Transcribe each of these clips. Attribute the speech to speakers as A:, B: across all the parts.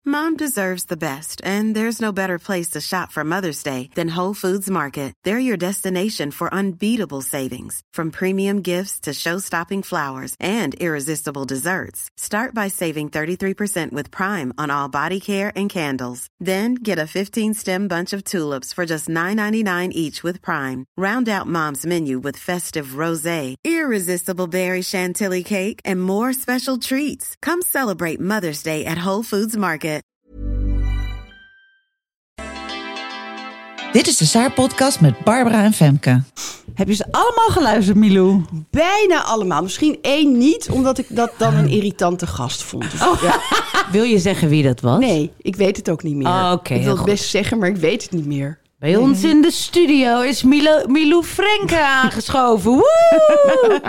A: Mom deserves the best, and there's no better place to shop for Mother's Day than Whole Foods Market. They're your destination for unbeatable savings, from premium gifts to show-stopping flowers and irresistible desserts. Start by saving 33% with Prime on all body care and candles. Then get a 15-stem bunch of tulips for just $9.99 each with Prime. Round out Mom's menu with festive rosé, irresistible berry chantilly cake, and more special treats. Come celebrate Mother's Day at Whole Foods Market.
B: Dit is de Saar-podcast met Barbara en Femke. Heb je ze allemaal geluisterd, Milou?
C: Bijna allemaal. Misschien 1 niet, omdat ik dat dan een irritante gast vond. Dus, ja.
D: Wil je zeggen wie dat was?
C: Nee, ik weet het ook niet meer.
D: Oh, oké,
C: ik wil
D: heel
C: het best zeggen, maar ik weet het niet meer.
D: Bij ons in de studio is Milou Frenke aangeschoven. Woe!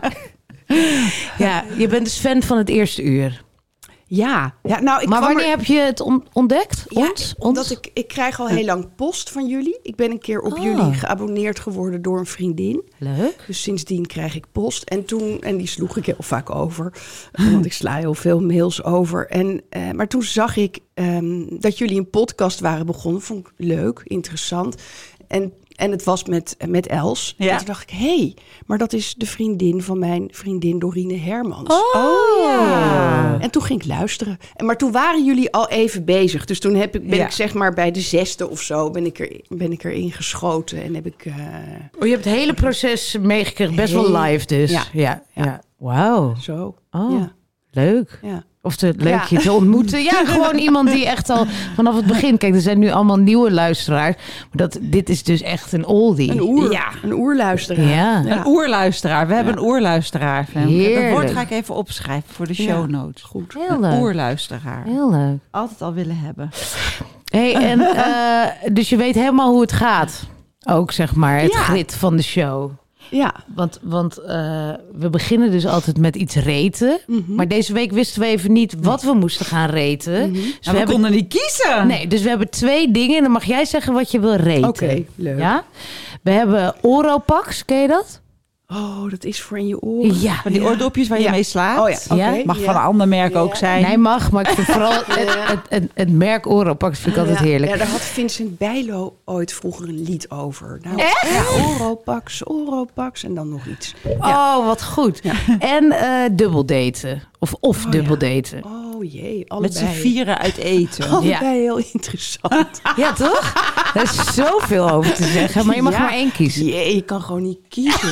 D: Ja, je bent dus fan van het eerste uur.
C: Ja. Nou,
D: Maar wanneer heb je het ontdekt?
C: Ja, omdat ik krijg al heel lang post van jullie. Ik ben een keer op jullie geabonneerd geworden door een vriendin.
D: Leuk.
C: Dus sindsdien krijg ik post. En die sloeg ik heel vaak over. Want ik sla heel veel mails over. Maar toen zag ik dat jullie een podcast waren begonnen. Vond ik leuk, interessant. En het was met Els.
B: Ja.
C: En toen dacht ik, maar dat is de vriendin van mijn vriendin Dorine Hermans.
D: Oh, ja.
C: En toen ging ik luisteren. Maar toen waren jullie al even bezig. Dus toen ben ik zeg maar bij de 6e of zo ben ik erin geschoten. En heb ik...
D: Oh, je hebt het hele proces meegekregen. Best wel live dus. Ja. Wauw.
C: Zo.
D: Oh,
C: ja.
D: Leuk.
C: Ja.
D: Of leuk je te ontmoeten. Ja, gewoon iemand die echt al vanaf het begin... Kijk, er zijn nu allemaal nieuwe luisteraars. Maar dit is dus echt een oldie.
C: Een oerluisteraar.
D: Ja.
B: Een oerluisteraar. We hebben een oerluisteraar.
D: Heerlijk.
B: Dat woord ga ik even opschrijven voor de show notes.
C: Goed.
D: Heel leuk.
B: Een oerluisteraar.
D: Heel leuk.
B: Altijd al willen hebben.
D: Hey, en dus je weet helemaal hoe het gaat. Ook, zeg maar, het grid van de show.
C: Ja.
D: Want we beginnen dus altijd met iets reten. Mm-hmm. Maar deze week wisten we even niet wat we moesten gaan reten.
B: Mm-hmm. Dus we konden niet kiezen.
D: Nee, dus we hebben 2 dingen. En dan mag jij zeggen wat je wil reten.
C: Oké, leuk.
D: Ja? We hebben Oropax, ken je dat?
C: Oh, dat is voor in je oren.
D: Ja.
B: Van die oordopjes waar je mee slaat.
C: Oh ja, oké.
D: Ja?
B: Mag van een ander merk ook zijn.
D: Nee, mag. Maar ik vind vooral het merk Oropax vind ik altijd heerlijk.
C: Ja, daar had Vincent Bijlo ooit vroeger een lied over. Nou,
D: echt?
C: Ja, Oropax en dan nog iets.
D: Oh, wat goed. Ja. En dubbeldaten. Of dubbeldaten.
C: Oh jee, allebei.
B: Met z'n 4 uit eten.
C: Allebei heel interessant.
D: Ja, toch? Er is zoveel over te zeggen, maar je mag maar 1 kiezen.
C: Jee, je kan gewoon niet kiezen.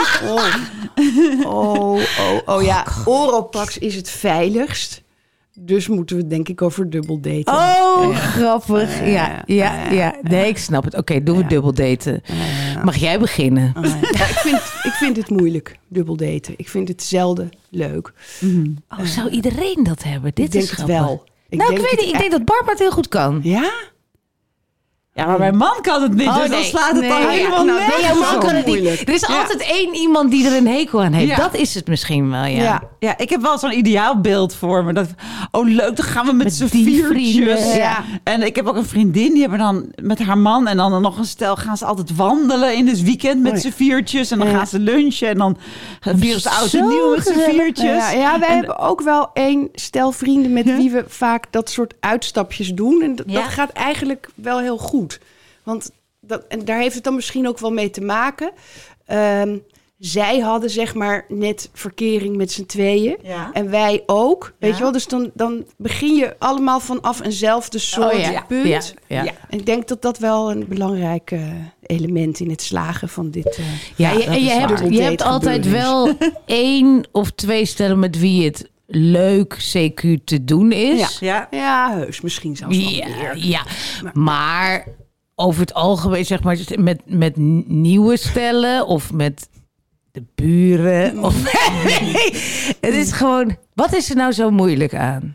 C: Ja. Oropax is het veiligst. Dus moeten we het denk ik over dubbeldaten.
D: Oh, grappig. Ja. Nee, ik snap het. Oké, doen we dubbeldaten. Mag jij beginnen?
C: Ik vind het moeilijk, dubbeldaten. Ik vind het zelden leuk.
D: Mm-hmm. Oh, zou iedereen dat hebben? Dit
C: ik
D: is
C: denk het wel.
D: Ik weet niet. Ik denk dat Barbara het heel goed kan.
C: Ja?
B: Ja, maar mijn man kan het niet, dus dan slaat het dan helemaal nergens op.
D: Nee, jouw man kan het niet. Er is altijd 1 iemand die er een hekel aan heeft. Ja. Dat is het misschien wel,
B: Ja, ik heb wel zo'n ideaalbeeld voor me. Dat, leuk, dan gaan we met z'n 4'tjes.
D: Ja.
B: En ik heb ook een vriendin, die hebben dan met haar man... en dan nog een stel, gaan ze altijd wandelen in het weekend met z'n 4'tjes. En dan gaan ze lunchen en dan vieren ze oud en nieuw met z'n 4'tjes.
C: Ja, wij hebben ook wel 1 stel vrienden met wie we vaak dat soort uitstapjes doen. En dat gaat eigenlijk wel heel goed. Want daar heeft het dan misschien ook wel mee te maken. Zij hadden zeg maar net verkering met z'n tweeën. Ja. En wij ook. Weet je wel? Dus dan begin je allemaal vanaf eenzelfde soort punt. Ja. En ik denk dat dat wel een belangrijk element in het slagen van dit...
D: en je hebt altijd wel 1 of 2 stellen met wie het leuk CQ te doen is.
C: Ja, heus. Misschien zelfs wel meer.
D: Ja, maar over het algemeen, zeg maar, met nieuwe stellen of met de buren. Of, nee, het is gewoon... Wat is er nou zo moeilijk aan?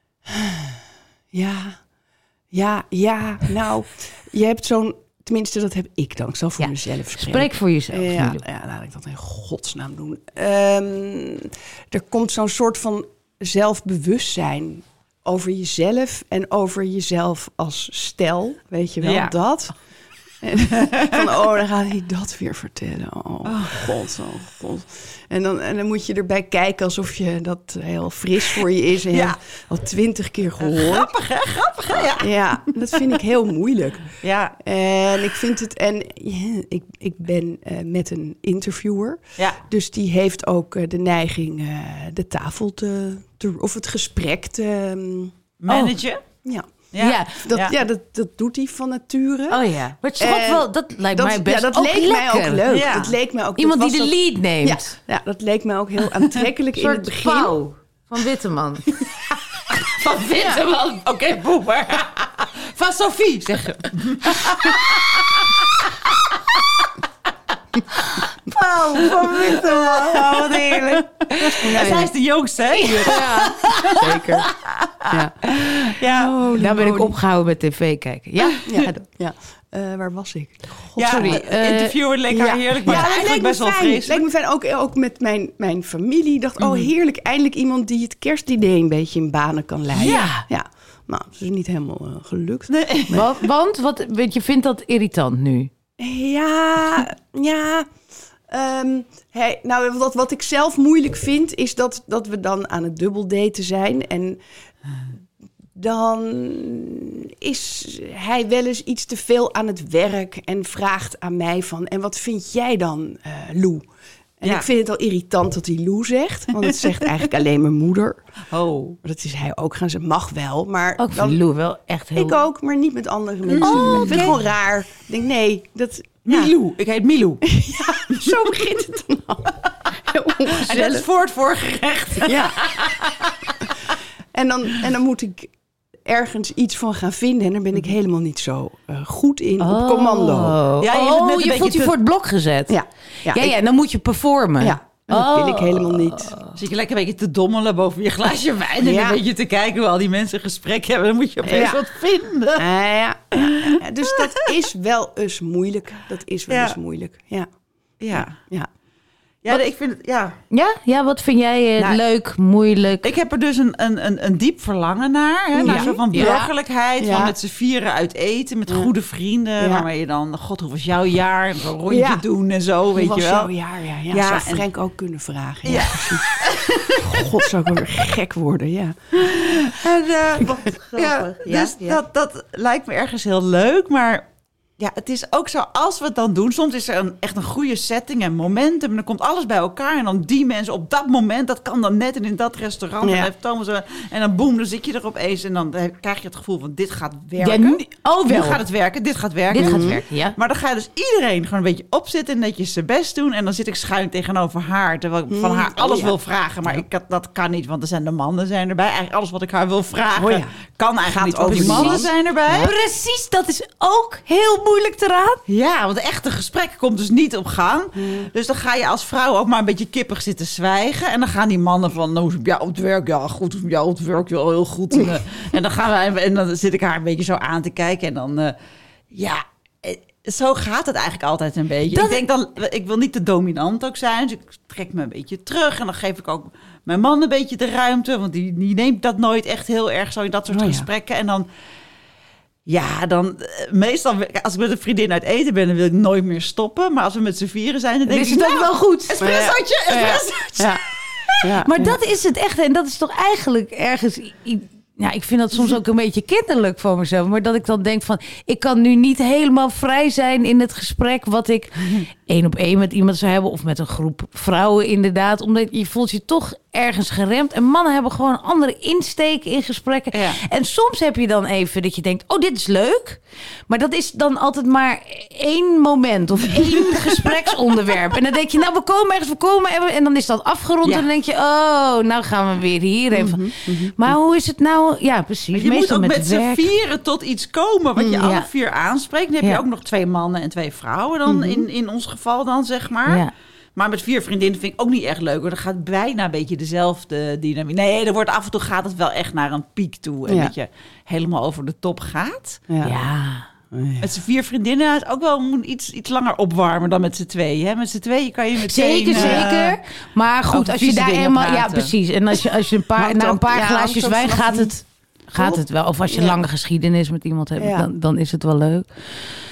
C: Ja. Nou, je hebt zo'n... Tenminste, dat heb ik dan. Ik zal voor mezelf spreken.
D: Spreek voor jezelf.
C: Ja, laat ik dat in godsnaam doen. Er komt zo'n soort van zelfbewustzijn over jezelf en over jezelf als stel. Weet je wel, dat. Van, dan gaat hij dat weer vertellen. Oh god. En dan moet je erbij kijken alsof je dat heel fris voor je is. En je hebt al 20 keer gehoord.
B: Grappig, hè?
C: Ja, dat vind ik heel moeilijk.
B: Ja.
C: En ik vind het... En ik ben met een interviewer. Ja. Dus die heeft ook de neiging de tafel of het gesprek te...
B: managen?
C: Dat doet hij van nature.
D: Oh ja, maar het is toch wel, dat lijkt mij best
C: dat
D: ook
C: leek mij ook leuk.
D: Ja.
C: Dat leek mij ook,
D: iemand die de lead neemt.
C: Ja, dat leek mij ook heel aantrekkelijk in het begin.
D: Pauw van Witteman.
B: Van Witteman? Oké, boemer. Van Sophie, zeg je.
D: Pauw van Witteman. Oh, wat heerlijk.
B: En zij is de jongste, hè?
C: Ja, zeker. Ja.
D: Daar ben ik opgehouden met tv kijken. Ja.
C: Waar was ik?
B: Sorry. Interviewer leek haar heerlijk, maar eigenlijk best wel vreselijk.
C: Leek me fijn, ook met mijn familie. Dacht, heerlijk, eindelijk iemand die het kerstidee een beetje in banen kan leiden. Ja. Nou, dat is niet helemaal gelukt.
D: Nee. Want je vindt dat irritant nu?
C: Ja. Wat ik zelf moeilijk vind, is dat we dan aan het dubbeldaten zijn. En dan is hij wel eens iets te veel aan het werk en vraagt aan mij van... En wat vind jij dan, Lou? En ik vind het al irritant dat hij Lou zegt. Want het zegt eigenlijk alleen mijn moeder.
B: Oh.
C: Dat is hij ook gaan. Ze mag wel, maar...
D: Ook van Lou wel echt heel...
C: Ik ook, maar niet met andere mensen. Ik vind het gewoon raar. Ik denk, nee, dat...
B: Milou, ik heet Milou.
C: Ja, zo begint het dan al.
B: En dat is voor het voorgerecht.
C: Ja. En dan moet ik ergens iets van gaan vinden. En daar ben ik helemaal niet zo goed in op commando.
D: Ja, je voelt je voor het blok gezet. Ja, dan moet je performen.
C: Ja. En dat wil ik helemaal niet.
B: Zit je lekker een beetje te dommelen boven je glaasje wijn... en een beetje te kijken hoe al die mensen gesprek hebben... dan moet je opeens wat vinden.
C: Dus dat is wel eens moeilijk.
B: Ja, ik vind het...
D: Ja, wat vind jij leuk, moeilijk?
B: Ik heb er dus een diep verlangen naar. Hè? Naar zo van burgerlijkheid. Van met z'n vieren uit eten. Met goede vrienden. Waarmee je dan... God, hoe was jouw jaar? En zo'n rondje doen en zo, weet je wel.
C: Hoe was jouw jaar? Ja, zou Frank ook kunnen vragen. Ja. God, zou ik weer gek worden, En,
B: wat grappig. Dus dat lijkt me ergens heel leuk, maar... Ja, het is ook zo, als we het dan doen... Soms is er echt een goede setting en momentum... en dan komt alles bij elkaar... en dan die mensen op dat moment... dat kan dan net en in dat restaurant... en heeft Thomas en dan boem, dan zit je er opeens... en dan krijg je het gevoel van... dit gaat werken. Nu gaat het werken, dit gaat werken.
D: Ja.
B: Maar dan ga je dus iedereen gewoon een beetje opzitten... en netjes zijn best doen... en dan zit ik schuin tegenover haar... terwijl ik van haar alles wil vragen... maar dat kan niet, want er zijn de mannen zijn erbij. Eigenlijk alles wat ik haar wil vragen... kan eigenlijk niet, want die mannen zijn erbij.
D: Precies, dat is ook heel moeilijk te raden.
B: Ja, want het echte gesprek komt dus niet op gang. Dus dan ga je als vrouw ook maar een beetje kippig zitten zwijgen. En dan gaan die mannen van, hoe is het jou op het werk? Ja, goed, ja, op het werk wel heel goed. En dan gaan wij, en dan zit ik haar een beetje zo aan te kijken. En dan, zo gaat het eigenlijk altijd een beetje. Ik denk dan, ik wil niet te dominant ook zijn. Dus ik trek me een beetje terug. En dan geef ik ook mijn man een beetje de ruimte. Want die neemt dat nooit echt heel erg zo in dat soort gesprekken. En dan... Ja, dan meestal als ik met een vriendin uit eten ben, dan wil ik nooit meer stoppen. Maar als we met z'n vieren zijn, dan denk ik,
D: is het ook wel goed.
B: Espressootje.
D: Ja. Maar dat is het echt. En dat is toch eigenlijk ergens... Ja, ik vind dat soms ook een beetje kinderlijk voor mezelf. Maar dat ik dan denk van... ik kan nu niet helemaal vrij zijn in het gesprek... wat ik 1-op-1 met iemand zou hebben... of met een groep vrouwen inderdaad. Omdat je voelt je toch ergens geremd. En mannen hebben gewoon een andere insteek in gesprekken. Ja. En soms heb je dan even dat je denkt... oh, dit is leuk. Maar dat is dan altijd maar 1 moment... of 1 gespreksonderwerp. En dan denk je, nou, we komen... en dan is dat afgerond. En dan denk je, oh, nou gaan we weer hierheen. Maar hoe is het nou? Ja, precies.
B: Je moet ook met z'n vieren tot iets komen... wat je alle 4 aanspreekt. Dan heb je ook nog 2 mannen en 2 vrouwen dan... in ons geval dan, zeg maar. Ja. Maar met 4 vriendinnen vind ik ook niet echt leuk. Hoor. Dan gaat bijna een beetje dezelfde dynamiek. Nee, af en toe gaat het wel echt naar een piek toe. En dat je helemaal over de top gaat.
D: Ja.
B: Met z'n 4 vriendinnen is ook wel iets langer opwarmen dan met z'n 2. Hè? Met z'n 2 kan je meteen...
D: Zeker. Maar goed, als je daar helemaal... Ja, precies. En als je na een paar glaasjes wijn gaat het wel. Of als je lange geschiedenis met iemand hebt, dan is het wel leuk.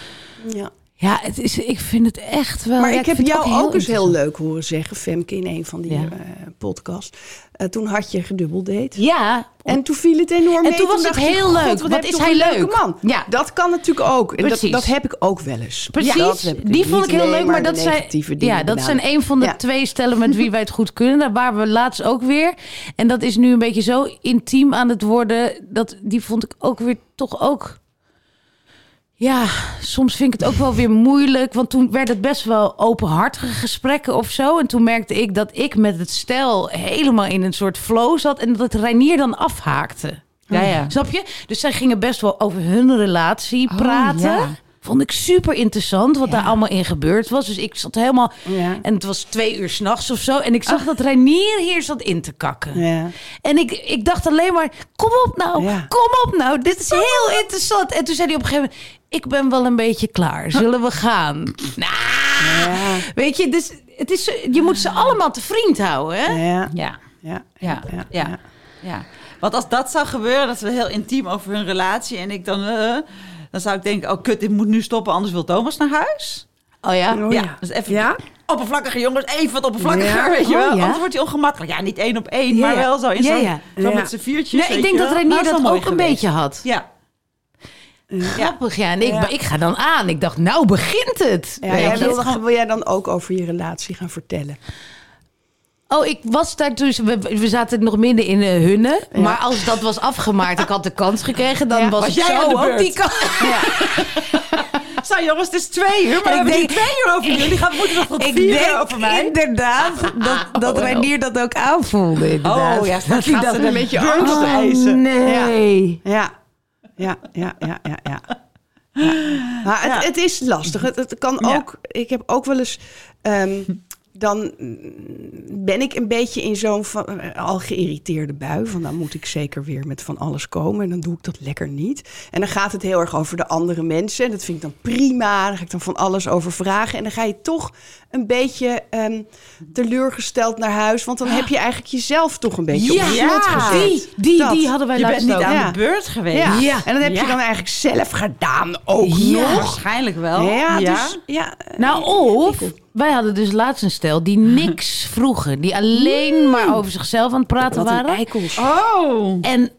C: Ja.
D: Ja, ik vind het echt wel...
C: Maar
D: ja,
C: ik heb
D: vind het
C: jou ook eens heel
D: interessant.
C: leuk horen zeggen, Femke, in een van die podcasts. Toen had je gedubbeldate.
D: Ja,
C: En toen viel het enorm
D: En
C: mee.
D: toen was het
C: dacht je,
D: heel
C: God,
D: leuk.
C: Wat
D: Wat
C: is
D: is
C: hij
D: hij
C: leuke
D: leuk?
C: man.
D: Ja.
C: Dat kan natuurlijk ook. En
D: Precies.
C: dat heb ik ook wel eens.
D: precies.
C: Dat heb ik
D: Die
C: niet
D: vond ik heel
C: alleen
D: leuk. Maar
C: de
D: dat zijn,
C: negatieve dingen
D: dat zijn
C: benaderen.
D: een van de
C: Ja.
D: 2 stellen met wie wij het goed kunnen. Daar waren we laatst ook weer. En dat is nu een beetje zo intiem aan het worden. Die vond ik ook weer toch ook... Ja, soms vind ik het ook wel weer moeilijk. Want toen werd het best wel openhartige gesprekken of zo. En toen merkte ik dat ik met het stel helemaal in een soort flow zat. En dat Reinier dan afhaakte.
B: Ja.
D: Snap je? Dus zij gingen best wel over hun relatie praten.
B: ja.
D: Vond ik super interessant wat daar allemaal in gebeurd was. Dus ik zat helemaal...
C: Ja.
D: En het was 2 uur 's nachts of zo. En ik zag dat Reinier hier zat in te kakken.
C: Ja.
D: En ik dacht alleen maar, kom op nou,
C: Ja.
D: kom op nou. Dit is heel interessant. En toen zei hij op een gegeven moment, ik ben wel een beetje klaar. Zullen we gaan? Nou,
C: Ja.
D: weet je, dus het is, je moet ze allemaal te vriend houden, hè?
C: Ja.
B: Ja.
C: Ja.
B: Ja. Ja. Want als dat zou gebeuren, dat we heel intiem over hun relatie... en ik dan zou ik denken, oh kut, dit moet nu stoppen... anders wil Thomas naar huis.
D: Oh ja?
C: Oh,
B: Ja, dus even
C: Ja?
B: oppervlakkige jongens, even wat oppervlakkiger, weet je
D: Oh,
B: wel.
D: ja?
B: Anders wordt hij ongemakkelijk. Ja, niet 1 op 1,
D: Ja,
B: maar
D: ja.
B: wel zo in
D: Ja,
B: zo'n
D: ja.
B: zo
C: Ja.
B: met z'n viertjes.
D: Nee, ik
B: weet
D: denk
B: je
D: dat
B: wel.
D: Reinier
B: Nou, is
D: dat
B: wel
D: ook
B: mooi
D: een
B: geweest.
D: beetje had.
B: Ja.
D: Grappig, ja. En
C: Ja.
D: ik ga dan aan. Ik dacht, nou begint het.
C: Ja,
D: Weet je?
C: wil jij dan ook over je relatie gaan vertellen?
D: Oh, ik was daar dus... We zaten nog midden in Hunne. Maar als dat was afgemaakt, ik had de kans gekregen... dan
C: Ja,
D: was
B: was
D: ik
B: jij
D: zo
B: aan de
D: ook
B: beurt?
D: die kans.
B: Zo jongens, het is 2 uur, maar
D: En
B: we
D: ik
B: hebben nu
D: denk-
B: 2 uur over jullie. Moeten nog tot 4 uur over mij.
D: inderdaad dat Reinier dat ook aanvoelde. Inderdaad.
B: Oh ja, straks
C: hij
B: gaat
C: dat
B: ze
C: een
B: een
C: beetje
B: beetje
C: angst
B: eisen.
D: nee.
C: Ja. Maar het is lastig. Het kan
B: Ja.
C: ook... Ik heb ook wel eens... dan ben ik een beetje in zo'n al geïrriteerde bui. Van dan moet ik zeker weer met van alles komen. En dan doe ik dat lekker niet. En dan gaat het heel erg over de andere mensen. En dat vind ik dan prima. Daar ga ik dan van alles over vragen. En dan ga je toch een beetje teleurgesteld naar huis. Want dan heb je eigenlijk jezelf toch een beetje op de slot gezet.
D: Die hadden wij
B: Je bent
D: laatst
B: niet
D: ook.
B: aan
C: Ja.
B: de beurt geweest.
C: Ja.
D: Ja.
C: En dat heb je
B: Ja.
C: dan eigenlijk zelf gedaan ook
B: Ja,
C: nog.
B: waarschijnlijk wel.
C: Ja, dus... Ja,
D: Nou, of wij hadden dus laatst een stel die niks vroegen. Die alleen maar over zichzelf aan het praten
C: wat een
D: waren.
C: eikels.
B: Oh.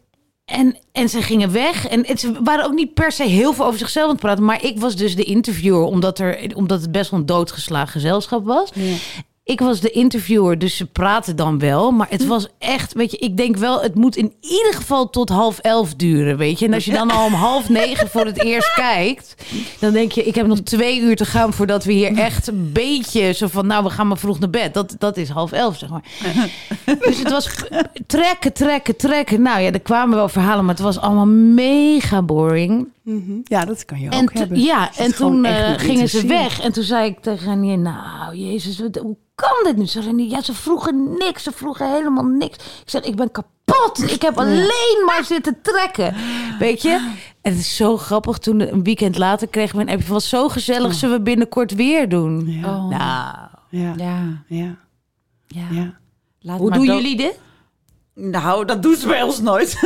D: En ze gingen weg. En ze waren ook niet per se heel veel over zichzelf aan het praten. Maar ik was dus de interviewer, omdat het best wel een doodgeslagen gezelschap was.
C: Ja.
D: Ik was de interviewer, dus ze praten dan wel. Maar het was echt, weet je, ik denk wel... het moet in ieder geval tot 10:30 duren, weet je. En als je dan al om 8:30 voor het eerst kijkt... dan denk je, ik heb nog 2 uur te gaan... voordat we hier echt een beetje zo van... nou, we gaan maar vroeg naar bed. Dat is 10:30, zeg maar. Dus het was trekken. Nou ja, er kwamen wel verhalen... maar het was allemaal mega boring.
C: Ja, dat kan je
D: En
C: ook hebben.
D: ja,
C: Als het
D: en
C: gewoon
D: toen
C: echt niet
D: gingen ze
C: interesseert.
D: weg. En toen zei ik tegen Reinier, nou, jezus, hoe kan dit nu? Ze zei, ja, ze vroegen niks. Ze vroegen helemaal niks. Ik zeg, ik ben kapot. Ik heb alleen maar zitten trekken. Weet je? En het is zo grappig. Toen een weekend later kregen we een appje van, was zo gezellig. Zullen we binnenkort weer doen?
C: Ja.
B: Oh.
D: Nou,
C: Ja.
B: Ja.
C: Ja.
B: Ja.
C: Ja.
B: Laat
D: hoe
B: maar
D: doen
B: dood-
D: jullie dit?
B: Nou, dat doen ze bij ons nooit.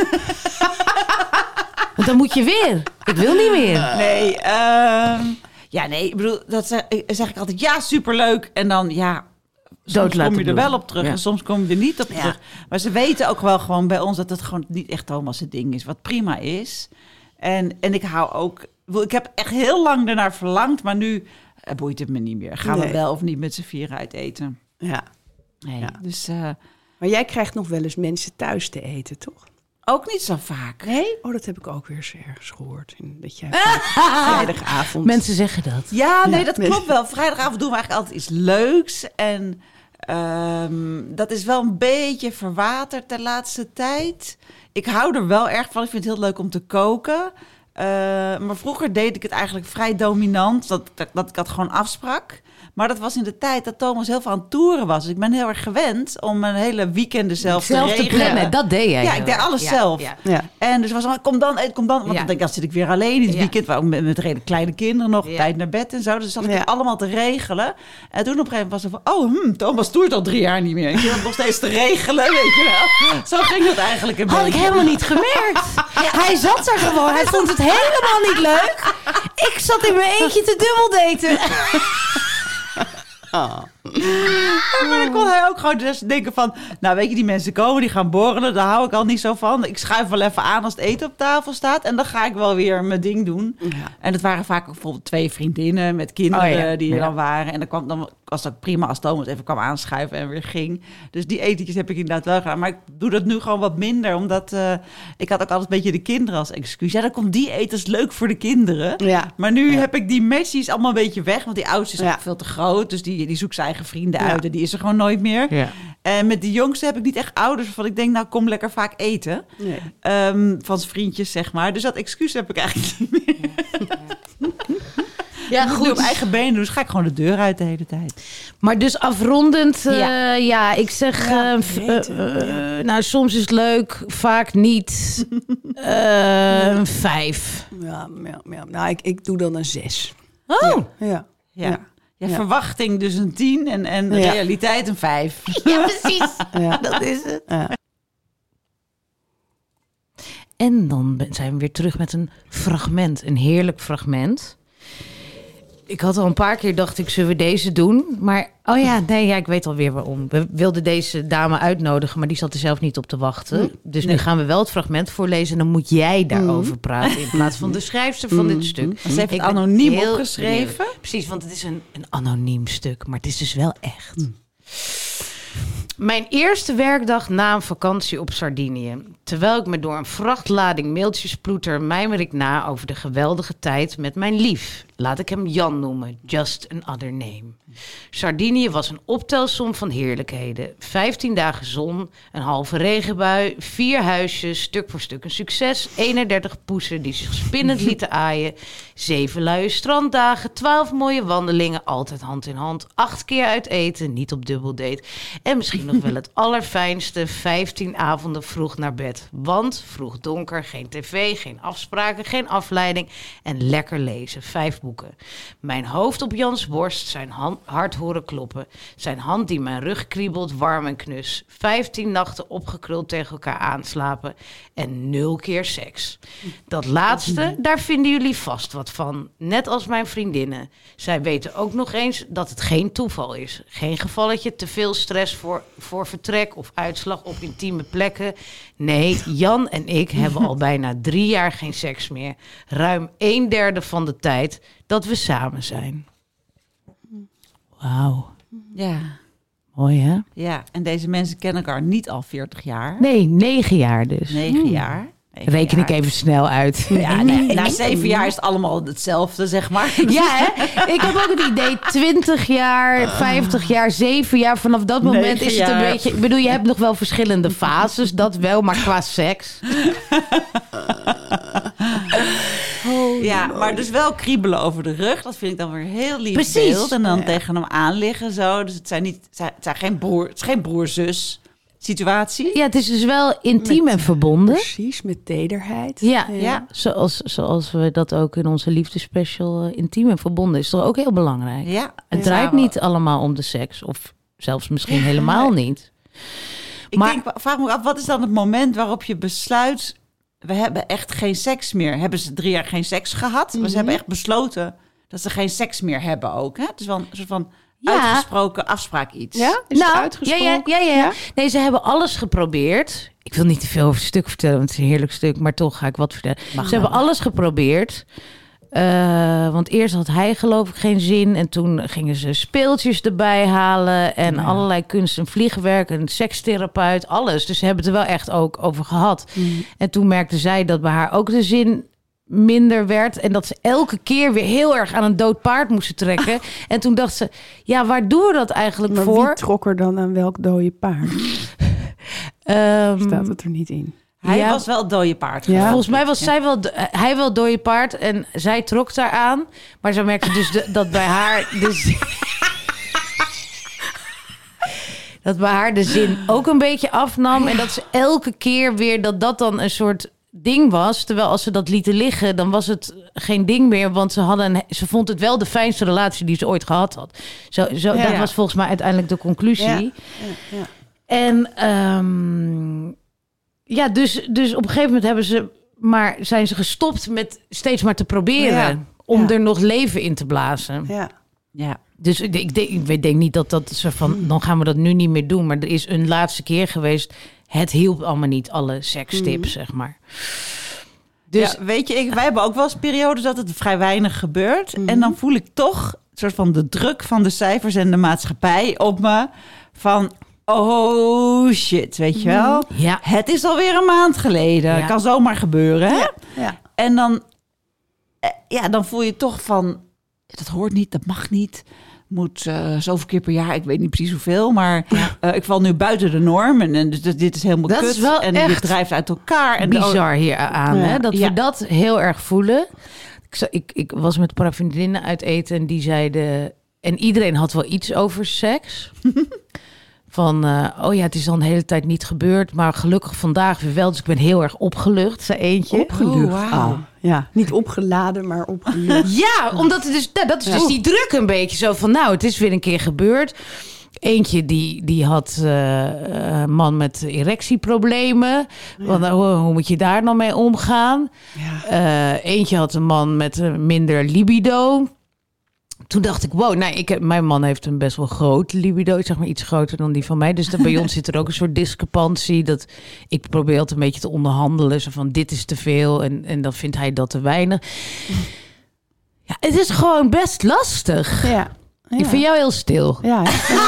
D: Want dan moet je weer. Ik wil niet meer.
B: Nee, ja, nee, ik bedoel, dat zeg ik altijd, ja, superleuk. En dan, ja,
D: Dood
B: soms
D: laten
B: kom je er
D: bloeden.
B: wel op terug
D: Ja.
B: en soms kom je er niet op terug. Maar ze weten ook wel gewoon bij ons dat het gewoon niet echt Thomas' ding is, wat prima is. En ik hou ook, ik heb echt heel lang ernaar verlangd, maar nu boeit het me niet meer. Gaan we
C: Nee.
B: wel of niet met z'n 4 uit eten?
C: Ja.
B: Nee,
C: Ja.
B: dus
C: Maar jij krijgt nog wel eens mensen thuis te eten, toch?
B: ook niet zo vaak.
C: Nee? Oh, dat heb ik ook weer eens ergens gehoord. Dat jij vrijdagavond...
D: Mensen zeggen dat.
B: Ja, nee,
C: Ja,
B: dat
C: met-
B: klopt wel. Vrijdagavond doen we eigenlijk altijd iets leuks. En dat is wel een beetje verwaterd de laatste tijd. Ik hou er wel erg van. Ik vind het heel leuk om te koken. Maar vroeger deed ik het eigenlijk vrij dominant. Dat ik dat gewoon afsprak. Maar dat was in de tijd dat Thomas heel veel aan het toeren was. Dus ik ben heel erg gewend om een hele weekenden zelf te
D: Zelf te
B: regelen.
D: plannen, dat deed jij.
B: Ja, ik deed alles zelf.
D: Ja.
C: Ja.
B: En dus was het, kom dan. Want
D: Ja.
B: dan denk ik, dan zit ik weer alleen in het
D: Ja.
B: weekend. Ook met redelijk kleine kinderen nog.
D: Ja.
B: Tijd naar bed en zo. Dus zat ik
C: Ja.
B: het allemaal te regelen. En toen op een gegeven moment was het van... Thomas toert al 3 jaar niet meer. Ik zit het nog steeds te regelen, weet je wel. Zo ging het eigenlijk een
D: Had ik
B: beetje.
D: helemaal niet gemerkt. Hij zat er gewoon. Hij vond het helemaal niet leuk. Ik zat in mijn eentje te dubbeldaten.
B: Maar dan kon hij ook gewoon dus denken van... Nou, weet je, die mensen komen, die gaan borrelen. Daar hou ik al niet zo van. Ik schuif wel even aan als het eten op tafel staat. En dan ga ik wel weer mijn ding doen. Ja. En dat waren vaak ook bijvoorbeeld 2 vriendinnen met kinderen die er dan waren. En dan was het ook prima als Thomas even kwam aanschuiven en weer ging. Dus die etentjes heb ik inderdaad wel gedaan. Maar ik doe dat nu gewoon wat minder. Omdat ik had ook altijd een beetje de kinderen als excuus. Ja, dan komt die eten, is leuk voor de kinderen. Ja. Maar nu heb ik die Messi's allemaal een beetje weg. Want die oudste is ook veel te groot. Dus die zoekt zijn eigen vrienden uit. En die is er gewoon nooit meer. Ja. En met die jongste heb ik niet echt ouders waarvan ik denk, nou, kom lekker vaak eten. Nee. Van zijn vriendjes, zeg maar. Dus dat excuus heb ik eigenlijk niet meer. Ja, goed. Nu op eigen benen, dus ga ik gewoon de deur uit de hele tijd.
D: Maar dus afrondend, ik zeg, nou, soms is het leuk, vaak niet. 5.
C: Ja. Nou, ik doe dan een 6.
D: Oh!
B: Ja. Verwachting dus een 10 en de realiteit een 5.
D: Ja, precies. Dat is het. Ja. En dan zijn we weer terug met een fragment, een heerlijk fragment. Ik had al een paar keer dacht ik, zullen we deze doen? Maar, ik weet alweer waarom. We wilden deze dame uitnodigen, maar die zat er zelf niet op te wachten. Dus nu gaan we wel het fragment voorlezen en dan moet jij daarover praten. In plaats van de schrijfster van dit stuk.
B: Ze heeft het anoniem opgeschreven.
D: Precies, want het is een anoniem stuk, maar het is dus wel echt. Mijn eerste werkdag na een vakantie op Sardinië. Terwijl ik me door een vrachtlading mailtjes ploeter, mijmer ik na over de geweldige tijd met mijn lief. Laat ik hem Jan noemen, just another name. Sardinië was een optelsom van heerlijkheden. 15 dagen zon, een halve regenbui, 4 huisjes, stuk voor stuk een succes, 31 poesen die zich spinnend lieten aaien, 7 luie stranddagen, 12 mooie wandelingen, altijd hand in hand, 8 keer uit eten, niet op dubbeldate en misschien nog wel het allerfijnste, 15 avonden vroeg naar bed. Want vroeg donker, geen tv, geen afspraken, geen afleiding en lekker lezen, 5 boeken. Mijn hoofd op Jans borst, zijn hart horen kloppen. Zijn hand die mijn rug kriebelt, warm en knus. 15 nachten opgekruld tegen elkaar aanslapen en 0 keer seks. Dat laatste, daar vinden jullie vast wat van. Net als mijn vriendinnen. Zij weten ook nog eens dat het geen toeval is. Geen gevalletje, te veel stress voor vertrek of uitslag op intieme plekken. Nee, Jan en ik hebben al bijna 3 jaar geen seks meer. Ruim 1/3 van de tijd dat we samen zijn. Wauw.
B: Ja.
D: Mooi, hè?
B: Ja, en deze mensen kennen elkaar niet al 40 jaar.
D: Nee, 9 jaar dus.
B: 9 jaar.
D: Reken ik even snel uit.
B: Ja, na 7 jaar is het allemaal hetzelfde, zeg maar.
D: Ja, hè? Ik heb ook het idee, 20 jaar, 50 jaar, 7 jaar. Vanaf dat moment is het een beetje... Ik bedoel, je hebt nog wel verschillende fases, dat wel, maar qua seks.
B: Ja, maar dus wel kriebelen over de rug. Dat vind ik dan weer heel lief beeld. En dan tegen hem aan liggen zo. Dus het is geen broer-zus situatie.
D: Ja, het is dus wel intiem en verbonden.
C: Precies, met tederheid.
D: Ja. Zoals we dat ook in onze liefdespecial intiem en verbonden is toch ook heel belangrijk. Ja. Het draait niet allemaal om de seks. Of zelfs misschien helemaal niet.
B: Vraag me af, wat is dan het moment waarop je besluit... We hebben echt geen seks meer. Hebben ze 3 jaar geen seks gehad? Maar ze hebben echt besloten dat ze geen seks meer hebben ook. Hè? Het is wel een soort van uitgesproken afspraak iets.
C: Ja? Is het uitgesproken?
D: Ja. Nee, ze hebben alles geprobeerd. Ik wil niet te veel over het stuk vertellen, want het is een heerlijk stuk. Maar toch ga ik wat vertellen. Ze hebben alles geprobeerd. Want eerst had hij geloof ik geen zin. En toen gingen ze speeltjes erbij halen. En allerlei kunst- en vliegwerk. Een sekstherapeut, alles. Dus ze hebben het er wel echt ook over gehad. En toen merkte zij dat bij haar ook de zin minder werd. En dat ze elke keer weer heel erg aan een dood paard moesten trekken. En toen dacht ze, ja, waar doen we dat eigenlijk
C: maar
D: voor?
C: Wie trok er dan aan welk dode paard? Staat het er niet in?
B: Hij was wel het dode paard.
D: Ja. Volgens mij was hij wel het dode paard en zij trok daaraan. Maar ze merkte dus dat bij haar dat bij haar de zin ook een beetje afnam. En dat ze elke keer weer dat dan een soort ding was. Terwijl als ze dat lieten liggen, dan was het geen ding meer. Want ze vond het wel de fijnste relatie die ze ooit gehad had. Dat was volgens mij uiteindelijk de conclusie. Ja. En... dus op een gegeven moment hebben ze maar zijn ze gestopt met steeds maar te proberen.
C: Ja.
D: Om
C: Ja.
D: er nog leven in te blazen.
C: Ja.
B: Ja.
D: Dus ik denk niet dat zo van, dan gaan we dat nu niet meer doen. Maar er is een laatste keer geweest. Het hielp allemaal niet, alle sekstips, zeg maar. Dus
B: Ja, weet je, wij hebben ook wel eens periodes dat het vrij weinig gebeurt. En dan voel ik toch een soort van de druk van de cijfers en de maatschappij op me. Van, oh shit, weet je wel.
D: ja,
B: Het is alweer een maand geleden.
D: Ja.
B: Kan zomaar gebeuren, hè?
C: Ja.
B: En dan, dan voel je toch van, dat hoort niet, dat mag niet. Moet zoveel keer per jaar, ik weet niet precies hoeveel, maar ik val nu buiten de norm. En dus dit is helemaal
D: Dat
B: kut.
D: is wel
B: en
D: echt
B: je drijft uit elkaar. En
D: bizar hier aan,
C: Ja.
D: hè? Dat
B: Ja.
D: we dat heel erg voelen. Ik was met een paar vriendinnen uit eten en die zeiden... En iedereen had wel iets over seks. Van, het is al een hele tijd niet gebeurd, maar gelukkig vandaag weer wel. Dus ik ben heel erg opgelucht, zei eentje.
C: Opgelucht.
B: Oh, wauw.
C: Ja, niet opgeladen, maar opgelucht.
D: Ja, omdat het dus, dat is dus die druk een beetje zo van... Nou, het is weer een keer gebeurd. Eentje die had een man met erectieproblemen. Want, hoe moet je daar dan mee omgaan?
C: Ja.
D: Eentje had een man met minder libido. Toen dacht ik, wow, mijn man heeft een best wel groot libido. Zeg maar iets groter dan die van mij. Dus bij ons zit er ook een soort discrepantie. Dat ik probeer altijd een beetje te onderhandelen. Zo van, dit is te veel en dan vindt hij dat te weinig. Ja, het is gewoon best lastig.
C: Ja.
D: Ik vind jou heel stil.
C: Ja.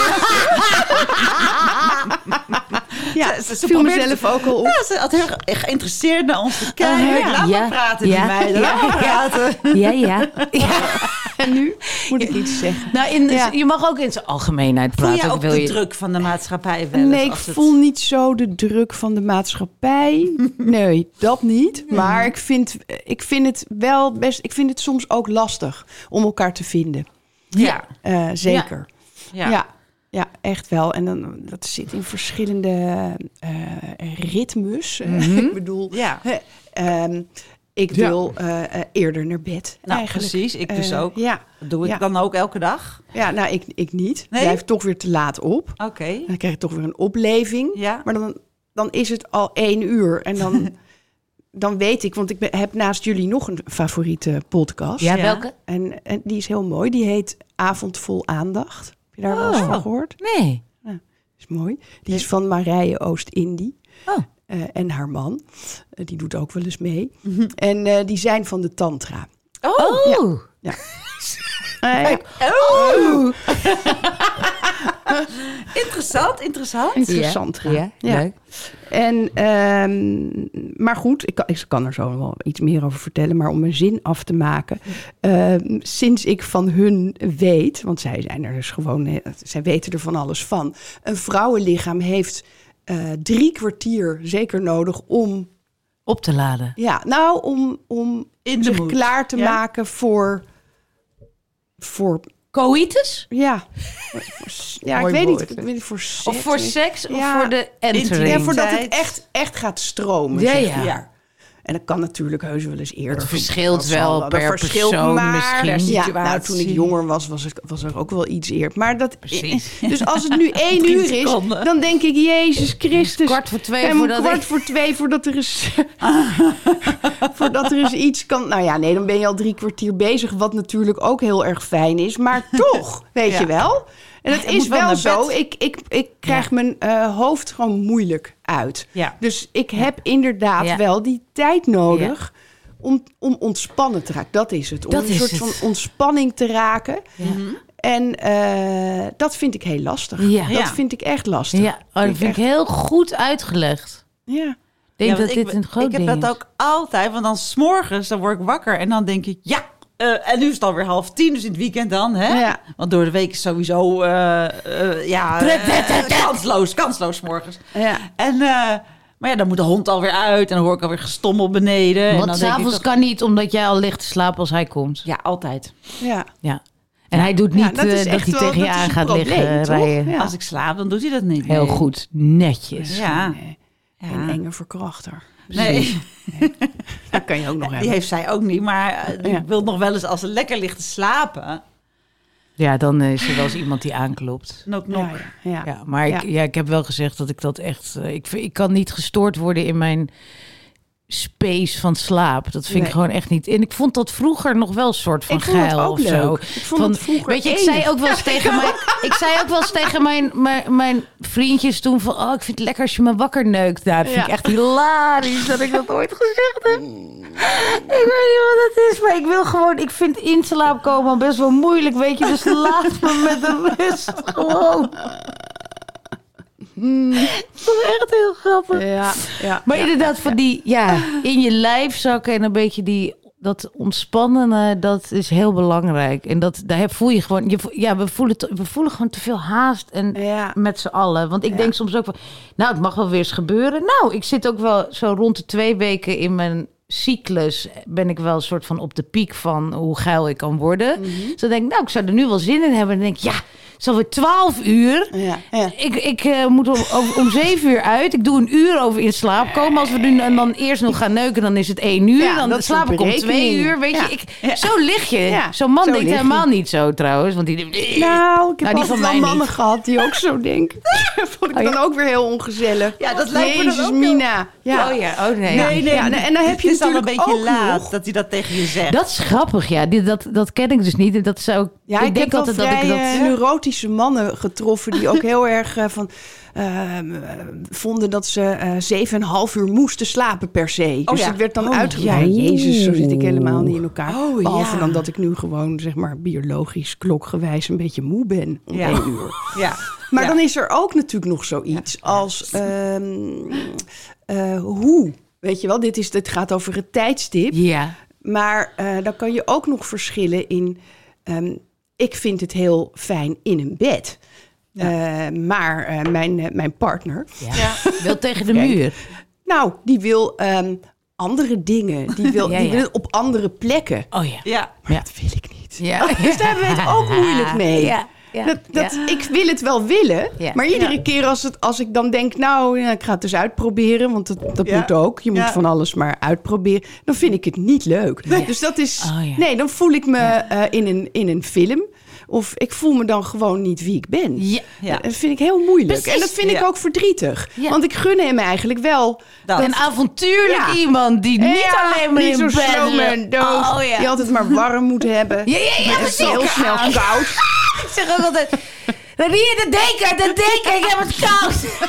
C: Ja,
B: Ze
C: viel
B: probeert-
C: mezelf ook al op.
B: Ja, ze had heel geïnteresseerd naar ons te kijken. Laat
D: ja.
B: maar praten,
D: Ja.
B: die meiden. Laat maar praten.
D: Ja.
C: En nu moet ik iets zeggen.
D: Nou,
C: Ja.
D: je mag ook in zijn algemeenheid
B: Voel
D: praten.
B: jij ook
D: wil
B: de
D: je...
B: druk van de maatschappij wel eens?
C: Nee, ik
B: als het-
C: voel niet zo de druk van de maatschappij. Nee, dat niet. Maar ik vind het wel best... Ik vind het soms ook lastig om elkaar te vinden.
B: Ja.
C: Zeker.
B: Ja.
C: Ja, echt wel. En dan, dat zit in verschillende ritmes. Ik bedoel,
B: Ja.
C: ik wil eerder naar bed.
B: Nou,
C: eigenlijk.
B: precies. Ik dus ook.
C: Ja,
B: Dat doe ik
C: Ja.
B: dan ook elke dag.
C: ja, nou, ik niet.
B: Nee?
C: Blijf toch weer te laat op.
B: Oké.
C: Dan krijg ik toch weer een opleving.
B: Ja.
C: Maar dan is het al 1 uur. En dan weet ik, want ik heb naast jullie nog een favoriete podcast.
D: Ja,
B: Ja.
D: welke?
C: En die is heel mooi. Die heet Avond vol aandacht. Heb je daar wel eens van gehoord?
D: Nee.
C: Is mooi. Die is van Marije Oost-Indie.
D: Oh.
C: En haar man. Die doet ook wel eens mee. En die zijn van de tantra.
D: Oh.
C: Ja.
B: Interessant.
C: Interessant.
D: Ja, leuk.
C: En, maar goed, ik kan er zo nog wel iets meer over vertellen. Maar om mijn zin af te maken. Sinds ik van hun weet, want zij zijn er dus gewoon, zij weten er van alles van. Een vrouwenlichaam heeft 3 kwartier zeker nodig om,
D: Op te laden.
C: ja, nou, om
B: In de
C: zich
B: mood.
C: klaar te
B: Ja?
C: maken voor
D: Coitus?
C: ja, ja, ik
B: Mooi
C: weet
B: woord,
C: niet,
B: hè?
C: ik weet niet voor seks.
D: Of voor seks? Of
C: Ja.
D: voor de entering?
C: Ja, voordat
B: Tijd.
C: het echt gaat stromen.
D: Ja,
C: zeg
D: ja.
C: maar. En dat kan natuurlijk heus wel eens eerder.
D: Het verschilt
C: Dat zal
D: wel
C: dat
D: per
C: verschilt
D: persoon
C: maar.
D: misschien.
C: Ja,
B: situatie.
C: nou, toen ik jonger was er ook wel iets eerder. Maar dat,
D: Precies.
C: dus als het nu 1
B: 3
C: uur is,
B: seconden.
C: dan denk ik, Jezus Christus.
D: 1:15
C: En
D: voordat
C: kwart
D: ik...
C: voor 2 voordat er eens, voordat er eens iets kan. Nou ja, nee, dan ben je al 3 kwartier bezig. Wat natuurlijk ook heel erg fijn is. Maar toch, weet
B: Ja.
C: je wel. En het
B: Je
C: is
B: moet wel
C: wel
B: naar
C: zo.
B: bed.
C: Ik krijg mijn hoofd gewoon moeilijk uit.
B: Ja.
C: Dus ik heb inderdaad
D: Ja.
C: wel die tijd nodig om ontspannen te raken. Dat is het. Om
D: Dat
C: een
D: is
C: soort
D: het.
C: van ontspanning te raken.
D: Ja.
C: En dat vind ik heel lastig.
D: Ja.
C: Dat
B: Ja.
C: vind ik echt lastig.
D: Ja, dat vind ik heel goed uitgelegd.
C: Ja.
D: Ik denk
B: want
D: dat dit een groot
B: ik heb
D: ding
B: dat
D: is.
B: ook altijd, want dan 's morgens dan word ik wakker en dan denk ik, ja, en nu is het alweer 9:30, dus in het weekend dan, hè?
C: Ja.
B: Want door de week is sowieso, kansloos 's morgens.
C: Ja.
B: En, maar ja, dan moet de hond alweer uit en dan hoor ik alweer gestommel beneden. En
D: Want
B: dan denk ik
D: s'avonds
B: toch-
D: kan niet, omdat jij al ligt te slapen als hij komt.
B: Ja, altijd.
C: Ja.
D: Ja. En hij doet niet
C: Ja, dat is
D: dat
C: echt
D: hij
C: wel-
D: tegen je
C: dat is
D: aan
C: een
D: gaat
C: probleem,
D: liggen
C: toch?
D: rijden.
C: Ja.
B: Als ik slaap, dan doet hij dat niet.
D: Heel
B: Nee.
D: goed, netjes.
B: Ja.
C: Nee. Een enge verkrachter.
B: Nee,
C: Dat kan je ook nog
B: die
C: hebben.
B: heeft zij ook niet. Maar die
C: Ja.
B: wil nog wel eens, als ze lekker ligt te slapen,
D: Ja, dan is er wel eens iemand die aanklopt.
B: nok.
C: Ja.
D: Ja, maar
C: Ja.
D: ik heb wel gezegd dat ik dat echt... Ik kan niet gestoord worden in mijn space van slaap. Dat vind ik gewoon echt niet. En ik vond dat vroeger nog wel een soort van geil of
C: leuk.
D: zo.
C: Ik vond het vroeger
D: weet je, ik zei ook wel eens tegen mijn vriendjes toen van, oh, ik vind het lekker als je me wakker neukt. Nou, dat vind ik echt hilarisch dat ik dat ooit gezegd heb. Ik weet niet wat het is, maar ik vind in slaap komen al best wel moeilijk, weet je. Dus laat me met de rust gewoon. Dat is echt heel grappig.
C: Ja,
D: maar inderdaad, van die in je lijf zakken en een beetje dat ontspannende, dat is heel belangrijk. En daar voel je gewoon, we voelen gewoon te veel haast en met z'n allen. Want ik denk soms ook van, nou, het mag wel weer eens gebeuren. Nou, ik zit ook wel zo rond de 2 weken in mijn cyclus, ben ik wel een soort van op de piek van hoe geil ik kan worden. Dus dan denk ik, nou, ik zou er nu wel zin in hebben. En dan denk ik, het is alweer 12 uur. Ik moet om 7 uur uit. Ik doe een uur over in slaap komen. Als we nu en dan eerst nog gaan neuken, dan is het 1 uur.
C: Ja,
D: dan slaap ik om 2 uur. Weet je, zo lig je.
C: Ja,
D: Zo'n man
C: zo
D: denkt helemaal niet zo trouwens. Want die
C: nou, ik heb
D: die
C: altijd
D: van
C: wel
D: mij
C: mannen
D: niet.
C: gehad die ook zo denken. Vond ik dan ook weer heel ongezellig.
B: Ja, dat lijkt me dan
C: Jezus,
B: ook
C: Mina. Ja.
D: Oh nee.
B: Nee.
C: Ja, en dan heb je
B: het is al een
C: natuurlijk
B: beetje
C: ook
B: laat
C: nog.
B: dat hij dat tegen je zegt.
D: Dat is grappig, ja. Dat ken ik dus niet. En dat zou
C: Ja,
D: ik denk
C: heb
D: altijd
C: wel
D: dat ik
C: vrij,
D: dat.
C: neurotische mannen getroffen die ook heel erg vonden dat ze 7,5 uur moesten slapen per se. Dus het werd dan uitgebreid. Ja, Jezus, zo zit ik helemaal niet in elkaar. Behalve dan dat ik nu gewoon, zeg maar, biologisch, klokgewijs een beetje moe ben om 1 uur.
B: Ja.
C: Maar dan is er ook natuurlijk nog zoiets als hoe. Weet je wel, dit gaat over het tijdstip.
D: Ja.
C: Maar dan kan je ook nog verschillen in... ik vind het heel fijn in een bed. Maar mijn partner...
D: Wil tegen de muur.
C: Nou, die wil andere dingen. Die wil op andere plekken.
D: Oh ja.
B: Ja.
C: Maar dat wil ik niet.
D: Ja.
C: Dus daar ben ik ook moeilijk mee.
D: Ja.
C: Ik wil het wel willen, maar iedere keer als ik dan denk... nou, ik ga het dus uitproberen, want dat moet ook. Je moet van alles maar uitproberen. Dan vind ik het niet leuk. Nee. Dus dat is... Nee, dan voel ik me in een film... Of ik voel me dan gewoon niet wie ik ben. Dat vind ik heel moeilijk.
D: Precies.
C: En dat vind ik ook verdrietig. Ja. Want ik gun hem eigenlijk wel...
D: Een avontuurlijk iemand die niet alleen maar
C: niet
D: in
C: zo
D: bed
C: sloom en dood. Die altijd maar warm moet hebben. Het is heel snel koud.
D: Ik zeg ook altijd... Hier, de deken, ik heb het koud.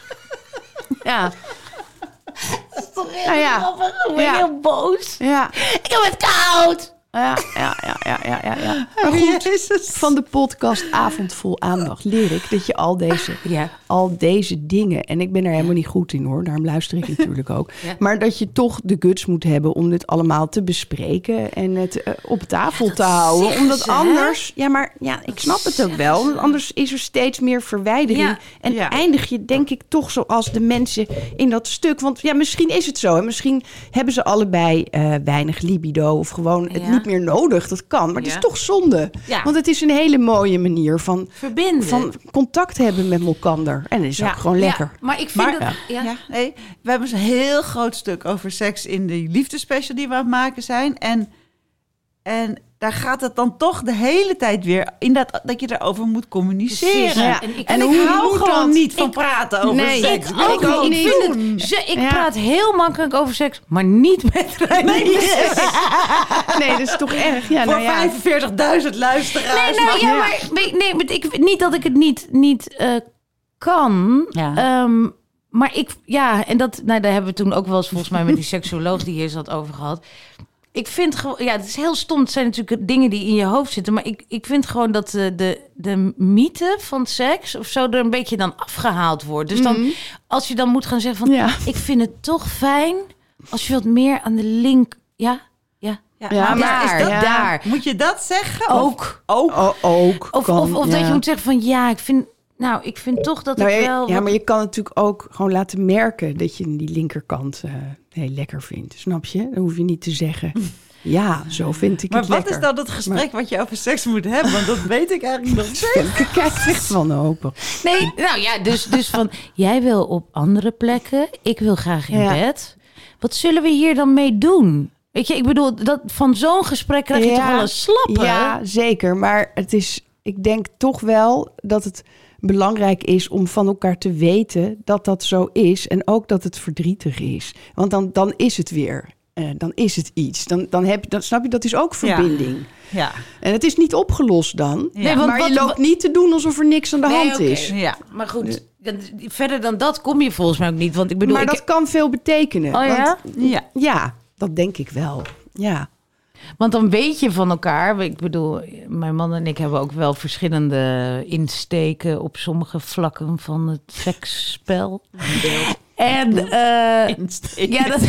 C: Ja.
D: Dat is toch heel grappig. Ik ben heel boos.
C: Ja.
D: Ik heb het koud.
C: Ja. Maar goed, van de podcast Avond Vol Aandacht leer ik dat je al deze dingen... en ik ben er helemaal niet goed in hoor, daarom luister ik natuurlijk ook... maar dat je toch de guts moet hebben om dit allemaal te bespreken... en het op tafel te houden. Omdat anders... ik snap het ook wel. Want anders is er steeds meer verwijdering. En eindig je denk ik toch zoals de mensen in dat stuk. Want misschien is het zo. Hè? Misschien hebben ze allebei weinig libido of gewoon... het niet meer nodig, dat kan. Maar het is toch zonde. Ja. Want het is een hele mooie manier van...
D: verbinden.
C: Van contact hebben met elkaar. En dat is ook gewoon lekker.
D: Maar ik vind
B: we hebben een heel groot stuk over seks in de liefdespecial die we aan het maken zijn. En daar gaat het dan toch de hele tijd weer in dat je erover moet communiceren.
C: Ja.
B: En ik hou gewoon niet van praten over seks.
D: Ik ook niet. Ik praat heel makkelijk over seks, maar niet met Reinier.
C: Nee, dat is toch erg. Ja,
B: voor 45.000 luisteraars.
D: Niet dat ik het niet kan. Ja. Maar en daar hebben we toen ook wel eens volgens mij met die seksuoloog die hier zat over gehad. Ik vind gewoon, het is heel stom. Het zijn natuurlijk dingen die in je hoofd zitten. Maar ik vind gewoon dat de mythe van seks of zo er een beetje dan afgehaald wordt. Dus dan, als je dan moet gaan zeggen van, ik vind het toch fijn als je wat meer aan de link,
B: maar is dat daar? Moet je dat zeggen?
D: Ook. Of dat je moet zeggen van, ik vind toch dat ik wel...
C: Ja, maar je kan natuurlijk ook gewoon laten merken dat je die linkerkant heel lekker vindt. Snap je? Dan hoef je niet te zeggen, zo vind ik het lekker.
B: Maar wat is dan het gesprek wat je over seks moet hebben? Want dat weet ik eigenlijk nog steeds.
C: Ik kijk echt van open.
D: Nee, dus van, jij wil op andere plekken, ik wil graag in bed. Wat zullen we hier dan mee doen? Weet je, ik bedoel, dat van zo'n gesprek krijg je toch wel een slappe?
C: Ja, zeker. Maar het is, ik denk toch wel dat het belangrijk is om van elkaar te weten dat dat zo is. En ook dat het verdrietig is. Want dan is het weer. Dan is het iets. Dan snap je, dat is ook verbinding.
B: Ja.
C: En het is niet opgelost dan.
B: Ja.
C: Nee, maar je loopt niet te doen alsof er niks aan de hand is.
B: Ja.
D: Maar goed, verder dan dat kom je volgens mij ook niet. Want ik bedoel,
C: Maar dat kan veel betekenen.
D: Oh ja?
C: Ja, dat denk ik wel. Ja.
D: Want dan weet je van elkaar. Ik bedoel, mijn man en ik hebben ook wel verschillende insteken op sommige vlakken van het seksspel. En ja, dat.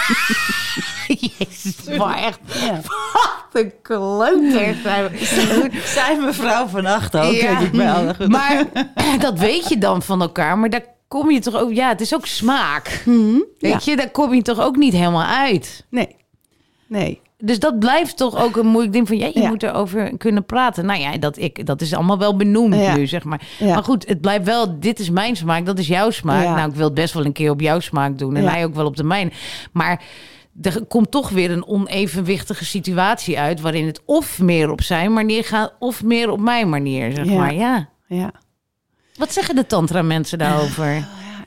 D: Jezus, maar echt.
C: Ja.
D: Wat een kleuter zijn we.
B: Zijn mevrouw vannacht ook,
D: Ja.
B: denk ik wel. Goed.
D: Maar dat weet je dan van elkaar. Maar daar kom je toch ook. Ja, het is ook smaak. Weet je, daar kom je toch ook niet helemaal uit.
C: Nee.
D: Dus dat blijft toch ook een moeilijk ding van... je moet erover kunnen praten. Nou ja, dat is allemaal wel benoemd nu, zeg maar.
C: Ja.
D: Maar goed, het blijft wel... dit is mijn smaak, dat is jouw smaak.
C: Ja.
D: Nou, ik wil het best wel een keer op jouw smaak doen. En hij ook wel op de mijne. Maar er komt toch weer een onevenwichtige situatie uit... waarin het of meer op zijn manier gaat... of meer op mijn manier, zeg maar. Ja. Wat zeggen de tantra mensen daarover?
C: Ja.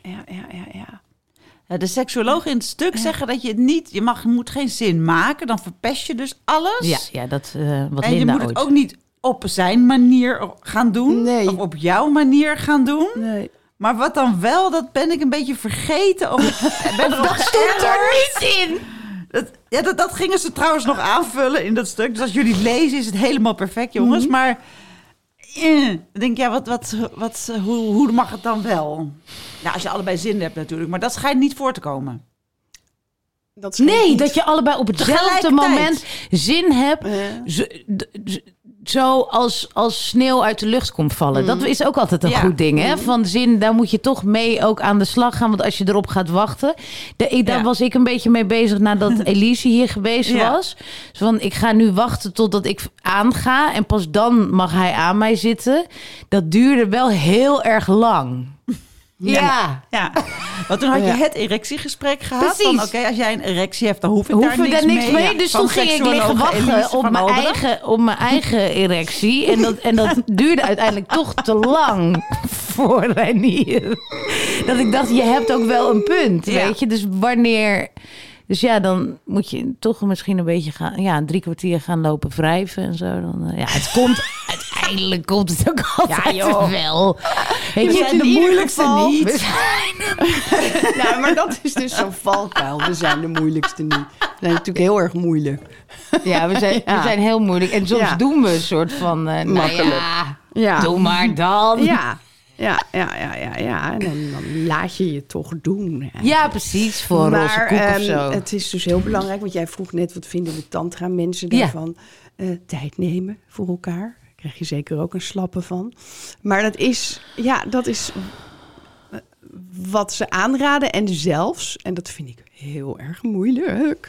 B: Ja, de seksuologen in het stuk zeggen dat je het niet... je moet geen zin maken, dan verpest je dus alles.
D: Ja, dat wat
B: en je
D: Linda
B: moet
D: ooit.
B: het ook niet op zijn manier gaan doen.
C: Nee.
B: Of op jouw manier gaan doen.
C: Nee.
B: Maar wat dan wel, dat ben ik een beetje vergeten. Of ik ben erop
D: Dat stond er niet in!
B: Dat gingen ze trouwens nog aanvullen in dat stuk. Dus als jullie lezen is het helemaal perfect, jongens. Maar dan denk ik, hoe mag het dan wel? Nou, als je allebei zin hebt natuurlijk. Maar dat schijnt niet voor te komen.
C: Dat
D: Dat je allebei op hetzelfde moment zin hebt. Zo als sneeuw uit de lucht komt vallen. Dat is ook altijd een goed ding. Hè? Van zin, daar moet je toch mee ook aan de slag gaan. Want als je erop gaat wachten. Daar was ik een beetje mee bezig nadat Elise hier geweest was. Dus van, ik ga nu wachten totdat ik aanga. En pas dan mag hij aan mij zitten. Dat duurde wel heel erg lang. Ja.
B: Want toen had je het erectiegesprek gehad.
D: Precies.
B: Van oké, als jij een erectie hebt, dan hoef ik daar niks mee. Ja,
D: Dus
B: van
D: toen ging ik liggen
B: seksuologe Elise
D: wachten
B: van
D: op mijn eigen erectie. En dat duurde uiteindelijk toch te lang voor Reinier. Dat ik dacht, je hebt ook wel een punt, weet je. Dus wanneer... Dus ja, dan moet je toch misschien een beetje gaan... 3 kwartier gaan lopen wrijven en zo. Dan, het komt... Uiteindelijk komt het ook altijd wel.
B: We zijn de moeilijkste niet.
C: Ja, maar dat is dus zo'n valkuil. We zijn de moeilijkste niet. We zijn natuurlijk heel erg moeilijk.
D: Ja, we zijn heel moeilijk. En soms doen we een soort van...
C: Makkelijk.
D: Doe maar dan.
C: Ja. En dan laat je je toch doen. Hè.
D: Ja, precies. Voor een roze koek of zo.
C: Het is dus heel belangrijk, want jij vroeg net... wat vinden de tantra mensen daarvan? Tijd nemen voor elkaar. Daar krijg je zeker ook een slappe van. Maar dat is wat ze aanraden. En zelfs, en dat vind ik heel erg moeilijk...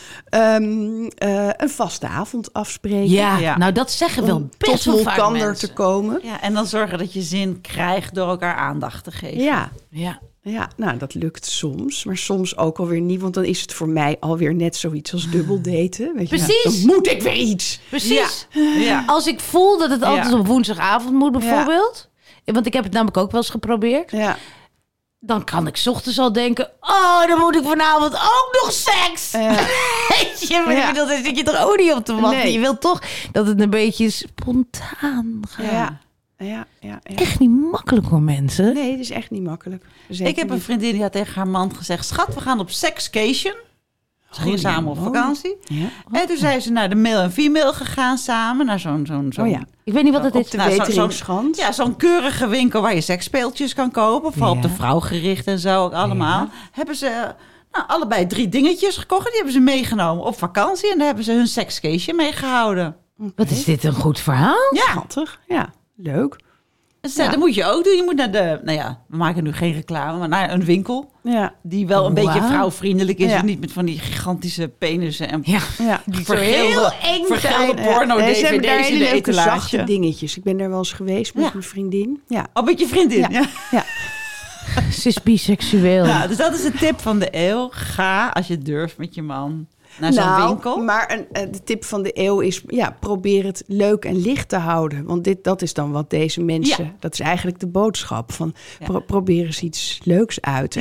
C: een vaste avond afspreken.
D: Ja, nou dat zeggen wel best wel vaak
C: elkaar
D: mensen.
C: te komen.
B: Ja, en dan zorgen dat je zin krijgt door elkaar aandacht te geven.
C: Ja, nou, dat lukt soms. Maar soms ook alweer niet. Want dan is het voor mij alweer net zoiets als dubbel daten. Weet je,
D: precies.
C: Nou, dan moet ik weer iets.
D: Precies.
B: Ja.
D: Als ik voel dat het altijd op woensdagavond moet bijvoorbeeld. Want ik heb het namelijk ook wel eens geprobeerd.
C: Ja.
D: Dan kan ik 's ochtends al denken... oh, dan moet ik vanavond ook nog seks. Weet je, maar ik bedoel, daar zit je toch ook niet op te wachten.
C: Nee.
D: Je wilt toch dat het een beetje spontaan gaat.
C: Ja.
D: Echt niet makkelijk hoor, mensen.
C: Nee, het is echt niet makkelijk. Zeker
B: Ik heb een
C: niet.
B: vriendin die had tegen haar man gezegd... schat, we gaan op sexcation. Ze gingen samen op vakantie.
C: Ja.
B: En toen zijn ze naar de male en female gegaan samen. Naar zo'n
C: Oh ja.
D: Ik weet niet wat het
C: Op
D: is.
C: de
B: Nou,
C: Weteringschans.
B: zo'n keurige winkel waar je seksspeeltjes kan kopen. Vooral op de vrouw gericht en zo ook allemaal. Hebben ze allebei 3 dingetjes gekocht. En die hebben ze meegenomen op vakantie. En daar hebben ze hun sekscation meegehouden.
D: Wat is dit een goed verhaal?
B: Ja,
C: Schattig. Ja, leuk.
B: dus dat moet je ook doen. Je moet naar de, we maken nu geen reclame, maar naar een winkel.
C: Ja.
B: Die wel een beetje vrouwvriendelijk is.
C: Ja.
B: En niet met van die gigantische penissen en
C: Ja.
D: Die zo heel eng
B: vergelde
D: zijn.
B: porno-dvd's
C: Ze hebben daar
B: in de
C: hele leuke zachte
B: etalage.
C: dingetjes. Ik ben daar wel eens geweest met
B: Ja.
C: mijn vriendin. Ja.
B: Oh, met je vriendin. Ja.
D: Ze is biseksueel.
B: Nou, dus dat is de tip van de eeuw. Ga, als je durft, met je man naar zo'n winkel?
C: Maar de tip van de eeuw is... probeer het leuk en licht te houden. Want dat is dan wat deze mensen... Ja. Dat is eigenlijk de boodschap van... probeer eens iets leuks uit.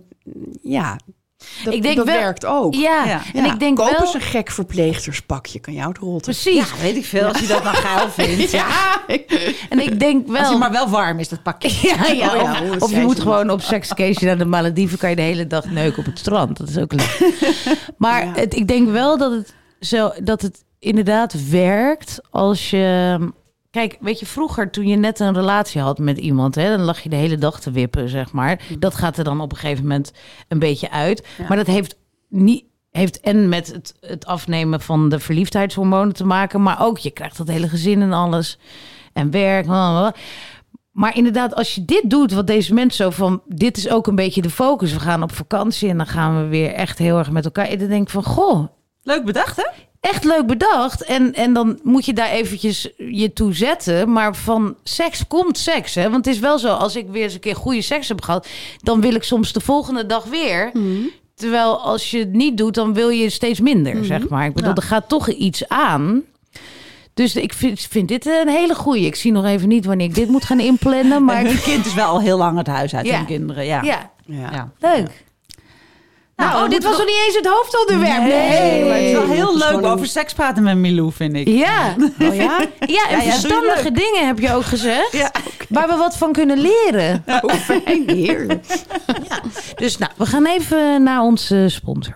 C: Dat werkt ook.
D: Ja. En ik denk
C: koop eens een gek verpleegsterspakje. Kan jou het rotten.
B: Precies. Ja, weet ik veel. Als je dat nou geil vindt.
D: En ik denk wel...
B: Als het maar wel warm is, dat pakje.
D: Of je moet gewoon op sekscase naar de Malediven... kan je de hele dag neuken op het strand. Dat is ook leuk. Maar ik denk wel dat het inderdaad werkt als je... Kijk, weet je, vroeger toen je net een relatie had met iemand... dan lag je de hele dag te wippen, zeg maar. Dat gaat er dan op een gegeven moment een beetje uit. Ja. Maar dat heeft en met het afnemen van de verliefdheidshormonen te maken... maar ook, je krijgt dat hele gezin en alles. En werk. Maar inderdaad, als je dit doet, wat deze mensen zo van... dit is ook een beetje de focus. We gaan op vakantie en dan gaan we weer echt heel erg met elkaar... dan denk ik van, goh...
B: Leuk bedacht, hè?
D: Echt leuk bedacht. En dan moet je daar eventjes je toe zetten. Maar van seks komt seks. Hè? Want het is wel zo, als ik weer eens een keer goede seks heb gehad... dan wil ik soms de volgende dag weer. Mm-hmm. Terwijl als je het niet doet, dan wil je steeds minder, zeg maar. Ik bedoel, er gaat toch iets aan. Dus ik vind dit een hele goeie. Ik zie nog even niet wanneer ik dit moet gaan inplannen. Maar
B: hun kind is wel al heel lang het huis uit, hun kinderen. Ja.
D: Leuk. Nou, dit was nog niet eens het hoofdonderwerp.
B: Nee, maar het is wel heel leuk over seks praten met Milou, vind ik.
D: Ja. Oh ja? Ja, en verstandige dingen heb je ook gezegd. Ja, okay. Waar we wat van kunnen leren.
C: Oh, fijn, heerlijk.
D: Dus we gaan even naar onze sponsor.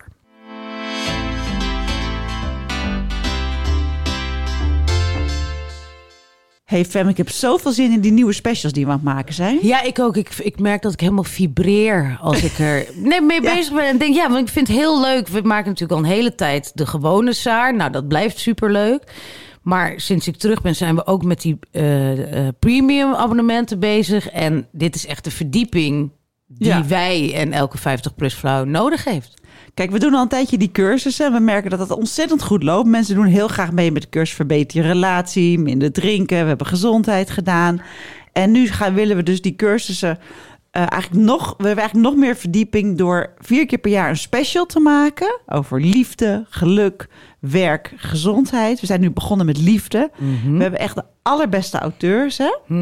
B: Hey Fem, ik heb zoveel zin in die nieuwe specials die we aan het maken zijn.
D: Ja, ik ook. Ik merk dat ik helemaal vibreer als ik er mee bezig ben. En denk, want ik vind het heel leuk. We maken natuurlijk al een hele tijd de gewone Saar. Nou, dat blijft superleuk. Maar sinds ik terug ben, zijn we ook met die premium abonnementen bezig. En dit is echt de verdieping die wij en elke 50-plus vrouw nodig heeft.
B: Kijk, we doen al een tijdje die cursussen. We merken dat het ontzettend goed loopt. Mensen doen heel graag mee met de cursus Verbeter je relatie, minder drinken. We hebben gezondheid gedaan. En nu willen we dus die cursussen we hebben eigenlijk nog meer verdieping door 4 keer per jaar een special te maken over liefde, geluk, werk, gezondheid. We zijn nu begonnen met liefde. Mm-hmm. We hebben echt de allerbeste auteurs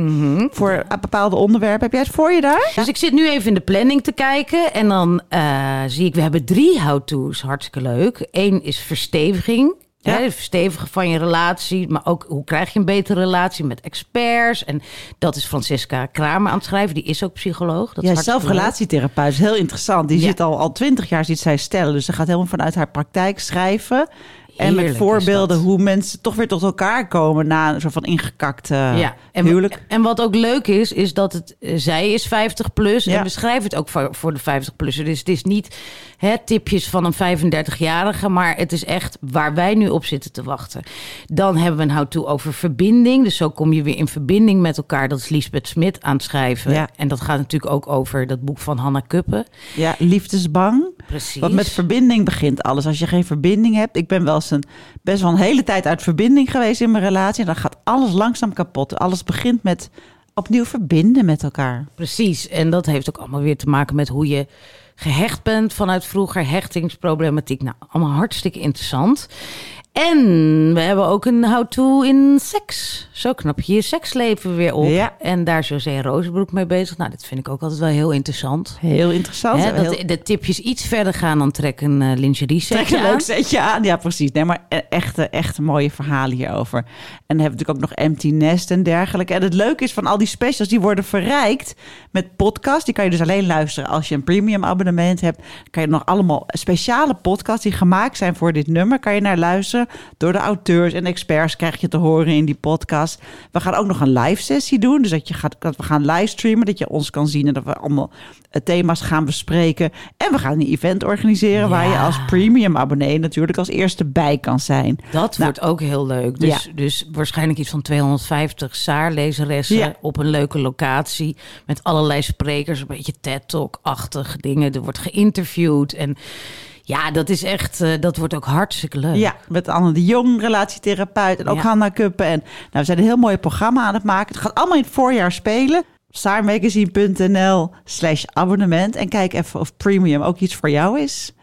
B: voor bepaalde onderwerpen. Heb jij het voor je daar?
D: Dus ik zit nu even in de planning te kijken. En dan zie ik, we hebben 3 how-to's. Hartstikke leuk. 1 is versteviging. Ja. Het verstevigen van je relatie, maar ook hoe krijg je een betere relatie met experts. En dat is Francisca Kramer aan het schrijven. Die is ook psycholoog. Dat is
B: zelf relatietherapeut. Is heel interessant. Die zit al 20 jaar, ziet zij stellen. Dus ze gaat helemaal vanuit haar praktijk schrijven. En met voorbeelden hoe mensen toch weer tot elkaar komen na een soort van ingekakte huwelijk.
D: En wat ook leuk is dat zij is 50 plus en we schrijven het ook voor de 50-plusser. Dus het is niet tipjes van een 35-jarige, maar het is echt waar wij nu op zitten te wachten. Dan hebben we een how-to over verbinding. Dus zo kom je weer in verbinding met elkaar. Dat is Liesbeth Smit aan het schrijven. Ja. En dat gaat natuurlijk ook over dat boek van Hanna Kuppen. Ja,
B: Liefdesbang.
D: Precies.
B: Want met verbinding begint alles. Als je geen verbinding hebt. Ik ben wel best wel een hele tijd uit verbinding geweest in mijn relatie. En dan gaat alles langzaam kapot. Alles begint met opnieuw verbinden met elkaar.
D: Precies. En dat heeft ook allemaal weer te maken met hoe je gehecht bent vanuit vroeger. Hechtingsproblematiek. Nou, allemaal hartstikke interessant. En we hebben ook een how-to in seks. Zo knap je je seksleven weer op. Ja. En daar is José Rozenbroek mee bezig. Nou, dat vind ik ook altijd wel heel interessant.
B: Heel interessant.
D: Dat de tipjes iets verder gaan dan trekken lingerie setje.
B: Trek een leuk setje aan. Ja, precies. Nee, maar echt mooie verhalen hierover. En dan hebben we natuurlijk ook nog Empty Nest en dergelijke. En het leuke is van al die specials, die worden verrijkt met podcasts. Die kan je dus alleen luisteren als je een premium abonnement hebt. Dan kan je nog allemaal speciale podcasts die gemaakt zijn voor dit nummer. Kan je naar luisteren. Door de auteurs en experts krijg je te horen in die podcast. We gaan ook nog een live sessie doen. Dus dat we gaan livestreamen. Dat je ons kan zien en dat we allemaal thema's gaan bespreken. En we gaan een event organiseren waar je als premium abonnee natuurlijk als eerste bij kan zijn.
D: Dat wordt ook heel leuk. Dus waarschijnlijk iets van 250 Saar-lezeressen op een leuke locatie. Met allerlei sprekers. Een beetje TED-talk-achtig dingen. Er wordt geïnterviewd en... Ja, dat is echt, dat wordt ook hartstikke leuk. Ja,
B: met Anne de Jong, relatietherapeut en ook Hanna Kuppen. En we zijn een heel mooi programma aan het maken. Het gaat allemaal in het voorjaar spelen. Saarmagazine.nl/abonnement. En kijk even of premium ook iets voor jou is.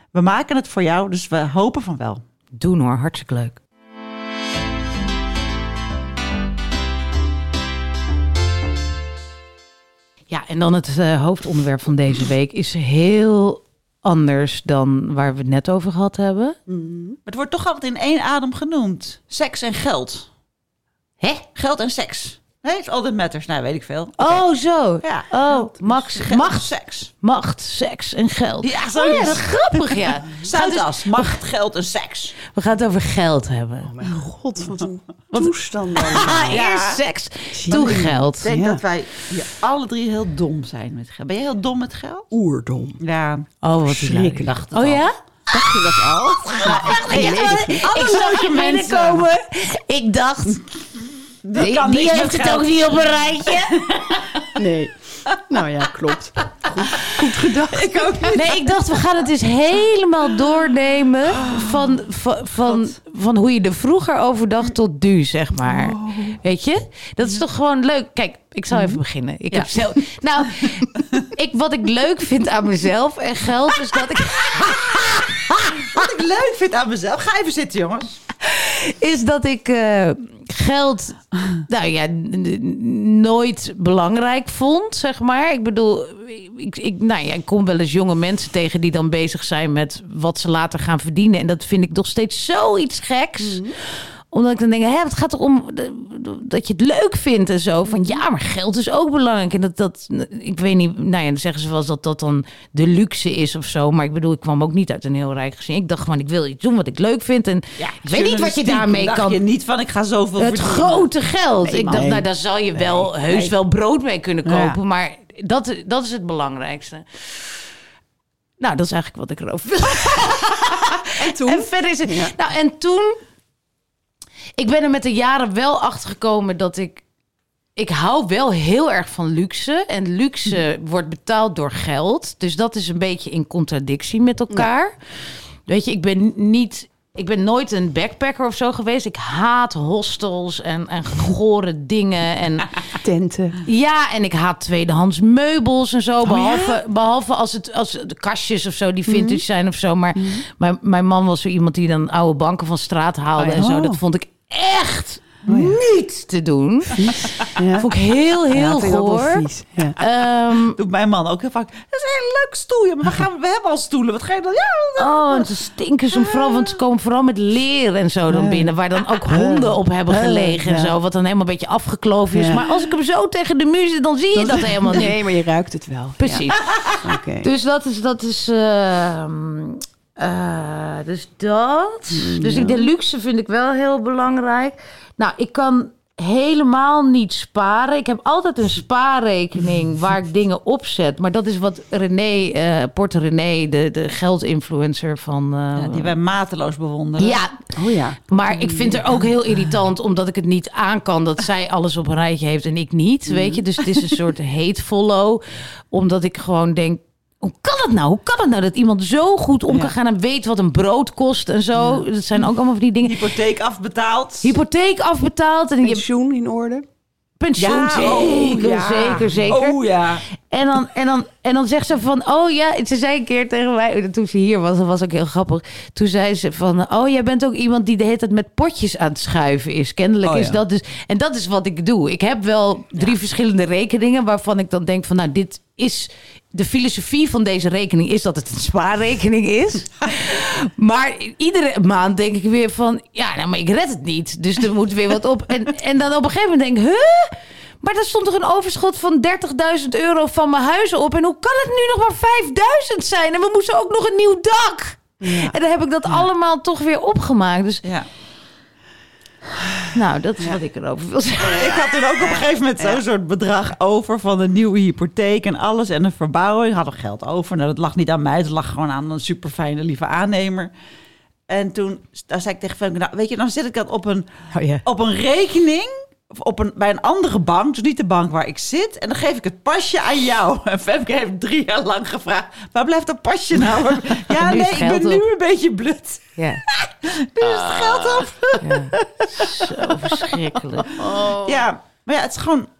B: We maken het voor jou, dus we hopen van wel.
D: Doen hoor, hartstikke leuk. Ja, en dan het hoofdonderwerp van deze week is heel anders dan waar we het net over gehad hebben.
B: Het wordt toch altijd in 1 adem genoemd. Seks en geld.
D: Hè?
B: Geld en seks. Nee, all that matters. Nou, weet ik veel.
D: Oh, zo.
B: Ja.
D: Oh, macht,
B: seks.
D: macht, seks en geld.
B: Ja, zo
D: Oh, ja,
B: is
D: dat is grappig, ja.
B: Zuidas, macht, geld en seks.
D: We gaan het over geld hebben.
C: Oh mijn god, wat een toestand.
D: Eerst seks, toen geld.
B: Ik denk dat wij hier alle 3 heel dom zijn met geld. Ben je heel dom met geld?
C: Oerdom.
B: Ja.
D: Oh, wat
C: Verschrikkelijk.
D: leuk. Oh ja?
C: Dacht je dat al?
D: Ik zag je binnenkomen. Ik dacht, die heeft het ook niet op een rijtje.
C: Nee. Nou ja, klopt. Goed gedacht.
B: Ik ook niet.
D: Nee, ik dacht, we gaan het eens helemaal doornemen van hoe je er vroeger over dacht tot nu, zeg maar. Weet je? Dat is toch gewoon leuk. Kijk, ik zal even beginnen. Ik heb zelf... Nou, wat ik leuk vind aan mezelf en geld is dat ik...
B: Wat ik leuk vind aan mezelf. Ga even zitten, jongens.
D: Is dat ik geld nooit belangrijk vond, zeg maar. Ik bedoel, ik kom wel eens jonge mensen tegen die dan bezig zijn met wat ze later gaan verdienen. En dat vind ik nog steeds zoiets geks. Omdat ik dan denk, het gaat toch om dat je het leuk vindt en zo. Van ja, maar geld is ook belangrijk. En dat ik weet niet, dan zeggen ze wel eens dat dan de luxe is of zo. Maar ik bedoel, ik kwam ook niet uit een heel rijk gezin. Ik dacht gewoon, ik wil iets doen wat ik leuk vind. En ik weet niet wat je daarmee kan.
B: Dacht je niet van, ik ga zoveel
D: het
B: verdienen.
D: Grote geld.
B: Nee,
D: ik dacht, daar zal je wel heus wel brood mee kunnen kopen. Maar dat is het belangrijkste. Nou, dat is eigenlijk wat ik erover wil.
C: En toen?
D: En verder is het... Ja. Nou, en toen... Ik ben er met de jaren wel achter gekomen dat ik hou wel heel erg van luxe. En luxe wordt betaald door geld. Dus dat is een beetje in contradictie met elkaar. Ja. Weet je, ik ben nooit een backpacker of zo geweest. Ik haat hostels en gore dingen. En
C: tenten.
D: Ja, en ik haat tweedehands meubels en zo. Behalve als de kastjes of zo die vintage zijn of zo. Maar mijn man was zo iemand die dan oude banken van straat haalde en zo. Dat vond ik echt niet te doen. Ja. Vond ik heel goor.
C: Ja.
B: Doet mijn man ook heel vaak. Dat is een heel leuk stoelje, maar we hebben al stoelen. Wat ga je dan? Ja,
D: en ze stinken zo vooral, want ze komen vooral met leer en zo dan binnen, waar dan ook honden op hebben gelegen en zo, wat dan helemaal een beetje afgekloven is. Ja. Maar als ik hem zo tegen de muur zit, dan zie je dat helemaal niet.
C: Nee, maar je ruikt het wel.
D: Precies.
C: Ja. Okay.
D: Dus dat is. Dus de luxe vind ik wel heel belangrijk. Nou, ik kan helemaal niet sparen. Ik heb altijd een spaarrekening waar ik dingen op zet. Maar dat is wat Porte René, de geldinfluencer van...
B: die wij mateloos bewonderen.
D: Ja.
C: Oh ja.
D: Maar ik vind het ook heel irritant, omdat ik het niet aan kan dat zij alles op een rijtje heeft en ik niet, weet je. Dus het is een soort hate follow, omdat ik gewoon denk, hoe kan het nou? Hoe kan het nou dat iemand zo goed om kan gaan en weet wat een brood kost en zo? Ja. Dat zijn ook allemaal van die dingen.
B: Hypotheek afbetaald.
D: En
C: pensioen in orde.
D: Pensioen,
B: ja,
D: zeker.
B: Oh ja.
D: En dan zegt ze van, ze zei een keer tegen mij, toen ze hier was, dat was ook heel grappig. Toen zei ze van, jij bent ook iemand die de hele tijd met potjes aan het schuiven is. Kennelijk is dat dus, en dat is wat ik doe. Ik heb wel 3 verschillende rekeningen waarvan ik dan denk van, nou, dit is... De filosofie van deze rekening is dat het een spaarrekening is. Maar iedere maand denk ik weer van... maar ik red het niet. Dus er moet weer wat op. En dan op een gegeven moment denk ik... Maar er stond toch een overschot van €30.000 van mijn huizen op. En hoe kan het nu nog maar 5.000 zijn? En we moesten ook nog een nieuw dak. Ja. En dan heb ik dat allemaal toch weer opgemaakt. Dus... Ja. Nou, dat is wat ik erover wil zeggen.
B: Ik had toen ook op een gegeven moment zo'n soort bedrag over van een nieuwe hypotheek en alles en een verbouwing. Had er geld over. Nou, dat lag niet aan mij. Het lag gewoon aan een super fijne, lieve aannemer. En toen zei ik tegen Femke, nou, weet je, dan zet ik dat op een rekening bij een andere bank, dus niet de bank waar ik zit. En dan geef ik het pasje aan jou. En Femke heeft 3 jaar lang gevraagd, waar blijft dat pasje nou? Ja, nee, ik ben nu een beetje blut.
D: Ja.
B: Nu is het geld op.
D: Ja. Zo verschrikkelijk.
B: Ja, maar ja, het is gewoon...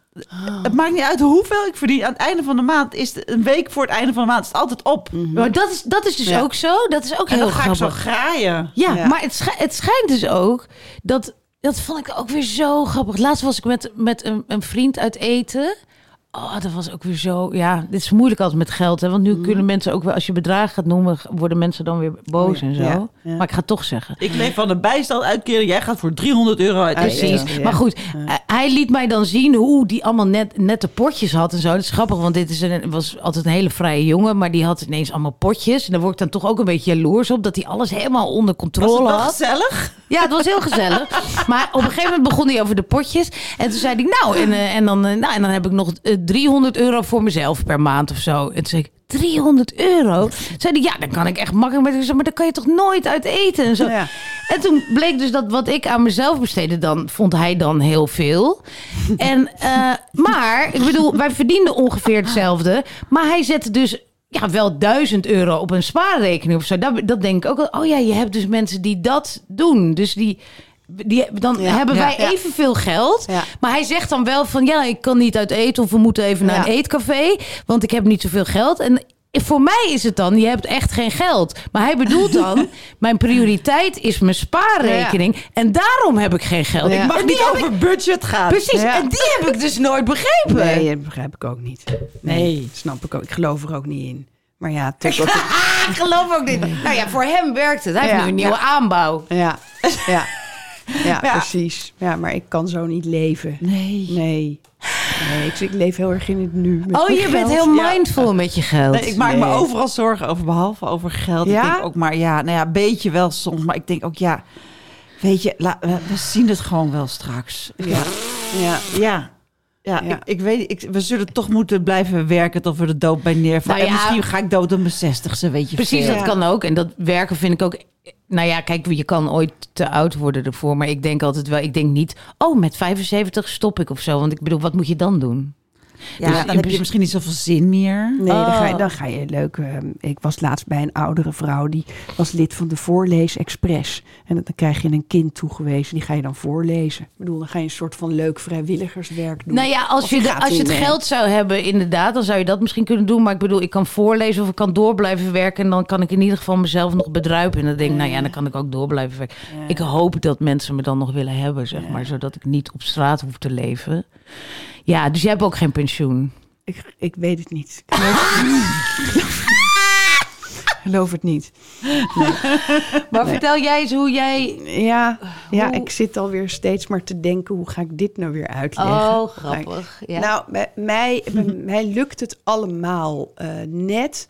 B: Het maakt niet uit hoeveel ik verdien. Aan het einde van de maand een week voor het einde van de maand is het altijd op.
D: Maar dat is dus ook zo. Dat is ook
B: En
D: heel
B: dan ga ik
D: grappig.
B: zo graaien.
D: Ja,
C: Ja.
D: maar het schijnt dus ook dat vond ik ook weer zo grappig. Laatst was ik met een vriend uit eten. Oh, dat was ook weer zo. Ja, dit is moeilijk altijd met geld. Hè? Want nu kunnen mensen ook wel, als je bedragen gaat noemen, worden mensen dan weer boos en zo.
C: Ja.
D: Maar ik ga het toch zeggen.
B: Ik leef van de bijstand uitkering. Jij gaat voor €300 uit eten.
D: Precies.
C: Ja.
D: Maar goed, hij liet mij dan zien hoe die allemaal net de potjes had en zo. Dat is grappig, want was altijd een hele vrije jongen, maar die had ineens allemaal potjes. En daar word ik dan toch ook een beetje jaloers op, dat hij alles helemaal onder
B: Was
D: controle
B: het wel
D: had.
B: gezellig?
D: Ja, het was heel gezellig. Maar op een gegeven moment begon hij over de potjes. En toen zei hij, en dan heb ik nog €300 voor mezelf per maand of zo. En toen zei ik, €300? Zei hij, ja, dan kan ik echt makkelijk. Maar dan kan je toch nooit uit eten en zo.
C: Ja.
D: En toen bleek dus dat wat ik aan mezelf besteedde, dan vond hij dan heel veel. En, maar, ik bedoel, wij verdienden ongeveer hetzelfde. Maar hij zette dus wel €1000 op een spaarrekening of zo. Dat denk ik ook al. Oh ja, je hebt dus mensen die dat doen. Dus dan hebben wij evenveel geld.
C: Ja.
D: Maar hij zegt dan wel van, ja, ik kan niet uit eten of we moeten even naar een eetcafé, want ik heb niet zoveel geld. En voor mij is het dan, je hebt echt geen geld. Maar hij bedoelt dan, mijn prioriteit is mijn spaarrekening. Ja. En daarom heb ik geen geld.
C: Ja.
B: Ik mag niet over budget gaan.
D: Precies,
C: Ja.
D: en die heb ik dus nooit begrepen.
C: Nee, dat begrijp ik ook niet. Nee, dat snap ik ook. Ik geloof er ook niet in. Maar ja,
D: Ik geloof ook niet. Nou ja, voor hem werkt het. Hij heeft nu een nieuwe aanbouw.
C: Ja, precies. Ja, maar ik kan zo niet leven. Nee. Ik leef heel erg in het nu. Met mijn
D: Je bent
C: geld.
D: heel mindful met je geld.
B: Nee, ik maak me overal zorgen over, behalve over geld.
C: Ja?
B: Ik denk ook maar, een beetje wel soms. Maar ik denk ook, weet je, we zien het gewoon wel straks. Ja, ik weet, we zullen toch moeten blijven werken tot we de dood bij neervallen.
D: Nou ja,
B: en misschien ga ik dood op mijn 60ste, weet je.
D: Precies,
B: veel.
D: dat kan ook. En dat werken vind ik ook. Nou ja, kijk, je kan ooit te oud worden ervoor. Maar ik denk altijd wel, ik denk niet, met 75 stop ik of zo. Want ik bedoel, wat moet je dan doen?
B: Ja,
D: Dus
B: dan heb je misschien niet zoveel zin meer.
C: Nee, dan ga je leuk. Ik was laatst bij een oudere vrouw. Die was lid van de Voorlees Express. En dan krijg je een kind toegewezen. Die ga je dan voorlezen. Ik bedoel, dan ga je een soort van leuk vrijwilligerswerk doen.
D: Nou ja, als je het geld zou hebben, inderdaad, dan zou je dat misschien kunnen doen. Maar ik bedoel, ik kan voorlezen of ik kan door blijven werken. En dan kan ik in ieder geval mezelf nog bedruipen. En dan denk ik, dan kan ik ook door blijven werken. Ja. Ik hoop dat mensen me dan nog willen hebben, zeg maar. Zodat ik niet op straat hoef te leven. Ja, dus jij hebt ook geen pensioen.
C: Ik weet het niet. Ik geloof het niet. Nee.
D: Maar vertel jij eens hoe jij...
C: Ja, ik zit alweer steeds maar te denken, hoe ga ik dit nou weer uitleggen?
D: Oh, grappig. Ja.
C: Nou, bij mij lukt het allemaal net.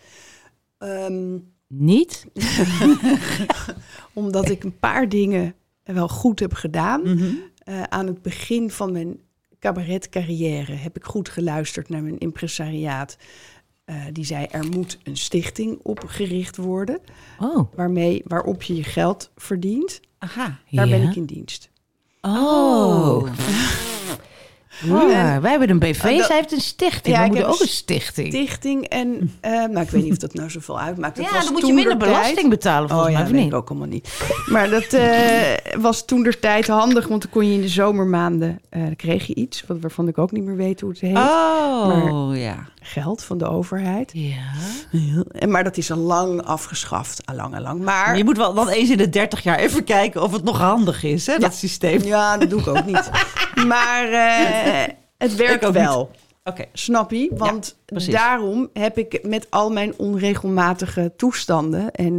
D: Niet?
C: Omdat ik een paar dingen wel goed heb gedaan. Aan het begin van mijn cabaretcarrière heb ik goed geluisterd naar mijn impresariaat. Die zei, er moet een stichting opgericht worden. Waarop je je geld verdient.
B: Aha.
C: Daar ben ik in dienst.
D: Wij hebben een BV, zij heeft een stichting.
C: Ja,
D: we
C: ik
D: moeten
C: heb
D: ook een stichting.
C: Stichting en, ik weet niet of dat nou zoveel uitmaakt. Dat
D: Ja,
C: was
D: dan moet je minder belasting betalen volgens mij,
C: dat
D: of
C: weet
D: niet?
C: ik ook allemaal niet. Maar dat was toentertijd handig, want dan kon je in de zomermaanden, dan kreeg je iets, waarvan ik ook niet meer weet hoe het heet. Maar geld van de overheid.
D: Ja.
C: Maar dat is al lang afgeschaft, al lang. Maar
B: je moet wel dan eens in de 30 jaar even kijken of het nog handig is, hè, dat systeem.
C: Ja, dat doe ik ook niet. Maar het werkt wel.
B: Okay.
C: Snap je? Want daarom heb ik met al mijn onregelmatige toestanden en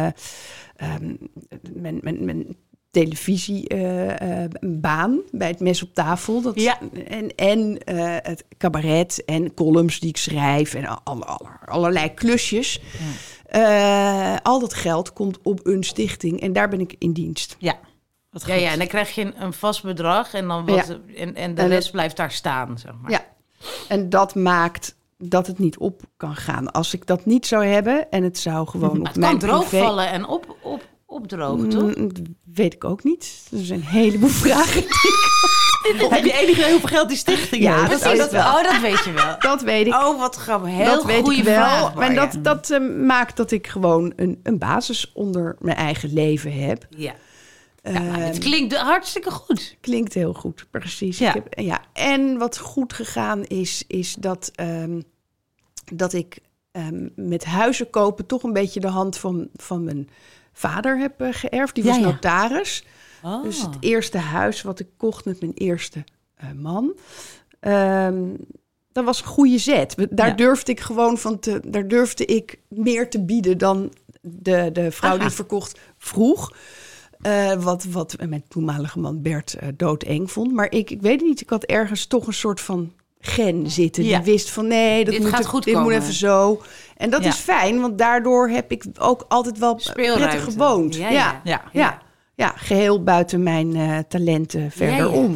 C: mijn televisiebaan bij het Mes op tafel. En het cabaret en columns die ik schrijf en allerlei klusjes. Ja. Al dat geld komt op een stichting en daar ben ik in dienst.
D: Ja. En dan krijg je een vast bedrag en dan en de rest blijft daar staan, zeg maar.
C: Ja, en dat maakt dat het niet op kan gaan. Als ik dat niet zou hebben en het zou gewoon op
D: het
C: mijn
D: kan droogvallen en opdrogen, toch?
C: Dat weet ik ook niet. Er zijn een heleboel vragen.
B: Heb je enig idee hoeveel geld die stichting heeft?
D: Dat weet je wel.
C: Dat weet ik.
D: Oh, wat grappig. Heel
C: dat weet ik wel.
D: Vraag,
C: en dat maakt dat ik gewoon een basis onder mijn eigen leven heb.
D: Ja. Het klinkt hartstikke goed.
C: Klinkt heel goed, precies.
B: Ja.
C: En wat goed gegaan is dat ik met huizen kopen toch een beetje de hand van mijn vader heb geërfd. Die was notaris.
D: Oh.
C: Dus het eerste huis wat ik kocht met mijn eerste man. Dat was een goede zet. Daar durfde ik gewoon daar durfde ik meer te bieden dan de vrouw die het verkocht vroeg. Wat mijn toenmalige man Bert doodeng vond. Maar ik weet het niet. Ik had ergens toch een soort van gen zitten. Die wist van nee, dit moet even zo. En dat is fijn, want daardoor heb ik ook altijd wel prettig gewoond. Ja, geheel buiten mijn talenten verderom.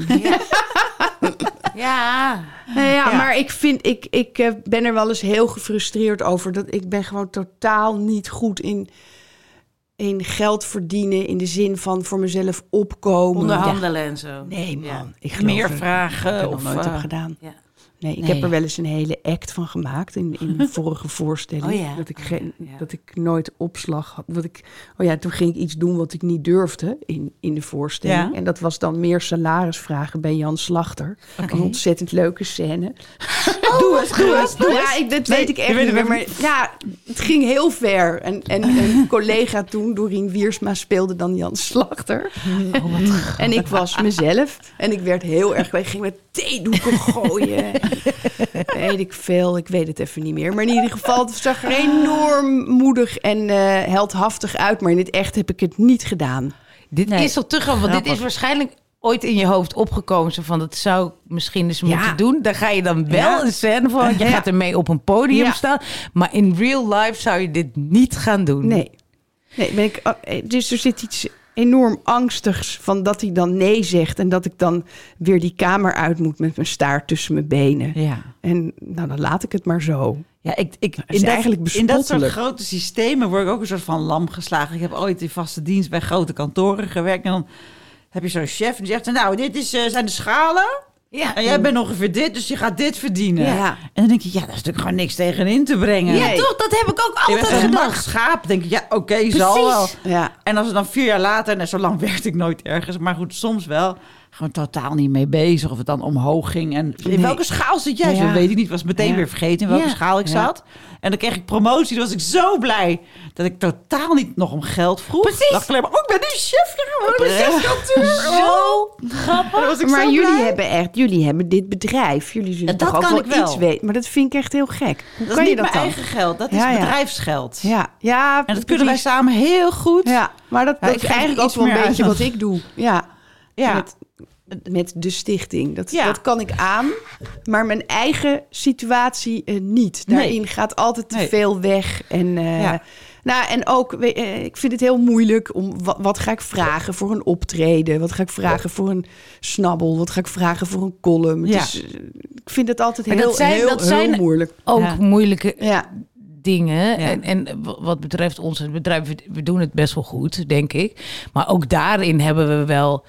C: Maar ik ben er wel eens heel gefrustreerd over. Dat ik ben gewoon totaal niet goed in geld verdienen. In de zin van voor mezelf opkomen.
D: Onderhandelen en zo.
C: Nee, man. Ik
B: Meer vragen.
C: Dat ik nog nooit heb gedaan. Ja. Nee, ik heb er wel eens een hele act van gemaakt in de vorige voorstelling. Dat ik nooit opslag had. Toen ging ik iets doen wat ik niet durfde in de voorstelling. Ja. En dat was dan meer salarisvragen bij Jan Slachter. Okay. Een ontzettend leuke scène. Doe eens. Ja, dat weet ik echt niet meer. Maar ja, het ging heel ver. En een collega toen, Dorien Wiersma, speelde dan Jan Slachter. En ik was mezelf. En ik werd heel erg... Ik ging met theedoeken gooien. Weet ik veel, ik weet het even niet meer. Maar in ieder geval, het zag er enorm moedig en heldhaftig uit. Maar in het echt heb ik het niet gedaan.
D: Dit is toch te grappig, want dit is waarschijnlijk ooit in je hoofd opgekomen. Zo van, dat zou ik misschien eens moeten doen. Daar ga je dan wel een scène van. Want je gaat ermee op een podium staan. Maar in real life zou je dit niet gaan doen.
C: Nee, dus er zit iets enorm angstigs van dat hij dan nee zegt en dat ik dan weer die kamer uit moet met mijn staart tussen mijn benen. Ja. En nou, dan laat ik het maar zo.
B: Ja, in dat soort grote systemen word ik ook een soort van lam geslagen. Ik heb ooit in vaste dienst bij grote kantoren gewerkt en dan heb je zo'n chef die zegt, nou, dit zijn de schalen. Ja. En jij bent ongeveer dit, dus je gaat dit verdienen. Ja. En dan denk je, dat is natuurlijk gewoon niks tegenin te brengen.
D: Ja, toch? Dat heb ik ook altijd gedacht.
B: Schaap, denk ik, oké, zal wel. Ja. En als het dan 4 jaar later, en zo lang werkte ik nooit ergens, maar goed, soms wel, gewoon totaal niet mee bezig. Of het dan omhoog ging. En in welke schaal zit jij? Zo weet ik niet. Was meteen weer vergeten in welke schaal ik zat. En dan kreeg ik promotie. Dan was ik zo blij dat ik totaal niet nog om geld vroeg.
D: Precies.
B: Dacht alleen maar, ik ben nu chef geworden.
D: Zo grappig.
C: Maar jullie hebben dit bedrijf. Jullie zullen toch ook wel iets weten. Maar dat vind ik echt heel gek. Hoe
B: dat
C: kan
B: is
C: je
B: niet
C: dat
B: mijn
C: dan?
B: eigen geld. Dat is bedrijfsgeld.
C: Ja,
B: en dat kunnen wij samen heel goed.
C: Ja, maar dat is eigenlijk ook wel een beetje wat ik doe. Ja. Met de stichting. Dat kan ik aan. Maar mijn eigen situatie niet. Daarin gaat altijd te veel weg. En, en ook, ik vind het heel moeilijk om... Wat ga ik vragen voor een optreden? Wat ga ik vragen voor een snabbel? Wat ga ik vragen voor een column? Dus, ik vind het altijd heel moeilijk.
D: Ook moeilijke dingen. Ja. En wat betreft ons bedrijf, we doen het best wel goed, denk ik. Maar ook daarin hebben we wel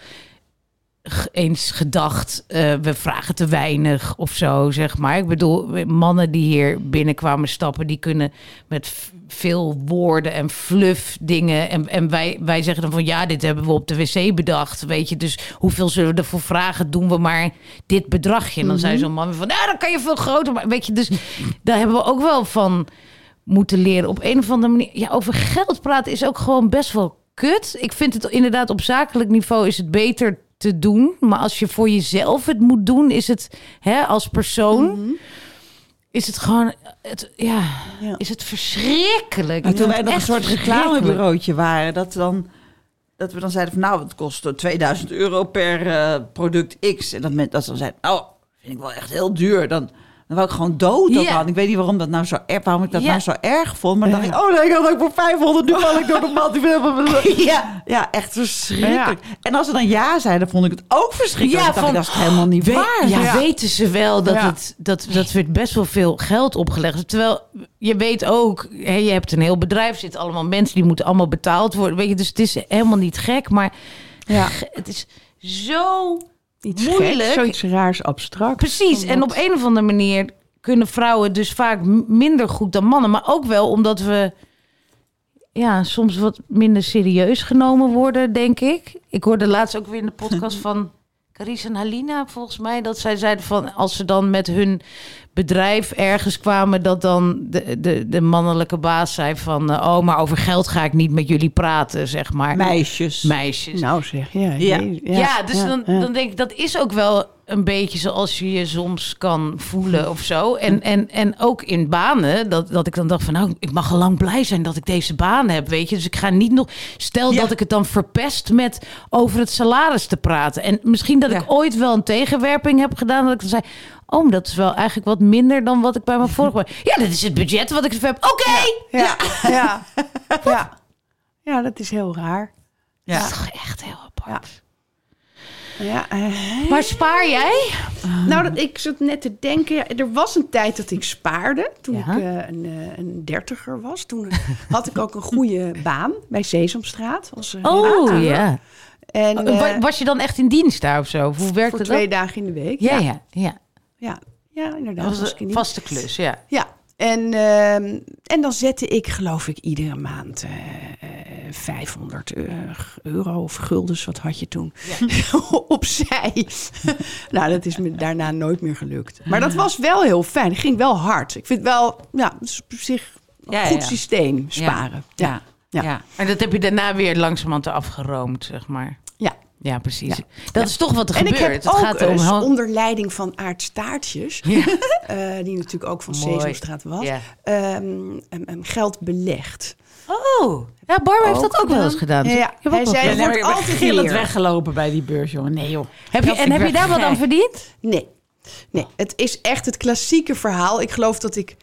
D: eens gedacht, we vragen te weinig of zo, zeg maar. Ik bedoel, mannen die hier binnenkwamen stappen, die kunnen met veel woorden en fluff dingen. En wij zeggen dan van, dit hebben we op de wc bedacht, weet je. Dus hoeveel zullen we ervoor vragen? Doen we maar dit bedragje. En dan zei zo'n man van, dan kan je veel groter. Maar weet je, dus daar hebben we ook wel van moeten leren. Op een of andere manier. Ja, over geld praten is ook gewoon best wel kut. Ik vind het inderdaad op zakelijk niveau is het beter te doen. Maar als je voor jezelf het moet doen, is het als persoon, is het gewoon, is het verschrikkelijk.
B: En toen wij nog een soort reclamebureautje waren, dat we dan zeiden van, het kost €2000 per product X. En dat dan zei, vind ik wel echt heel duur. Dan wou ik gewoon dood. Ik weet niet waarom ik dat nou zo erg vond. Maar dan dacht ik, ik had ook voor 500 nu val ik door de mat. Ja, echt verschrikkelijk. Ja. En als ze dan zeiden, vond ik het ook verschrikkelijk. Dat is helemaal niet waar.
D: Weten ze wel dat werd best wel veel geld opgelegd. Terwijl je weet ook, je hebt een heel bedrijf, er zitten allemaal mensen die moeten allemaal betaald worden. Weet je, dus het is helemaal niet gek, maar het is zo
C: iets
D: moeilijk.
C: Gek, zoiets raars abstract.
D: Precies. En op een of andere manier kunnen vrouwen dus vaak minder goed dan mannen. Maar ook wel omdat we soms wat minder serieus genomen worden, denk ik. Ik hoorde laatst ook weer in de podcast van Carice en Halina, volgens mij, dat zij zeiden van als ze dan met hun bedrijf ergens kwamen, dat dan de mannelijke baas zei van maar over geld ga ik niet met jullie praten, zeg maar.
B: Meisjes.
C: Nou zeg,
D: Dus dan denk ik, dat is ook wel een beetje zoals je je soms kan voelen of zo. En ook in banen, dat ik dan dacht van nou, ik mag al lang blij zijn dat ik deze baan heb, weet je. Dus ik ga niet nog, stel dat ik het dan verpest met over het salaris te praten. En misschien dat ik ooit wel een tegenwerping heb gedaan, dat ik dan zei, maar dat is wel eigenlijk wat minder dan wat ik bij mijn vorige... Ja, dit is het budget wat ik ervoor heb. Oké!
C: Ja, dat is heel raar.
D: Ja. Dat is toch echt heel apart.
C: Ja.
D: Maar spaar jij?
C: Nou, ik zat net te denken. Er was een tijd dat ik spaarde. Toen ik een 30er was. Toen had ik ook een goede baan bij Sesamstraat.
D: Ja. En, was je dan echt in dienst daar of zo? Hoe werkte dat?
C: Voor 2 dagen in de week. Ja, inderdaad.
D: Dat was een vaste klus, ja.
C: Ja. En dan zette ik, geloof ik, iedere maand 500 euro of guldens, wat had je toen, opzij. Nou, dat is me daarna nooit meer gelukt. Maar dat was wel heel fijn. Het ging wel hard. Ik vind het wel, het is op zich een goed systeem, sparen. Ja.
D: En dat heb je daarna weer langzamerhand afgeroomd, zeg maar. Ja, precies. Dat is toch wat er gebeurt.
C: En ik heb ook onder leiding van Aart Staartjes, die natuurlijk ook van Sesamstraat was, geld belegd.
D: Ja, Barbara heeft dat ook wel eens gedaan.
C: Ja, hij zei, het wordt altijd
B: gillend weggelopen bij die beurs, jongen. Nee, joh.
D: Heb je daar wat aan verdiend?
C: Nee, het is echt het klassieke verhaal. Ik geloof dat ik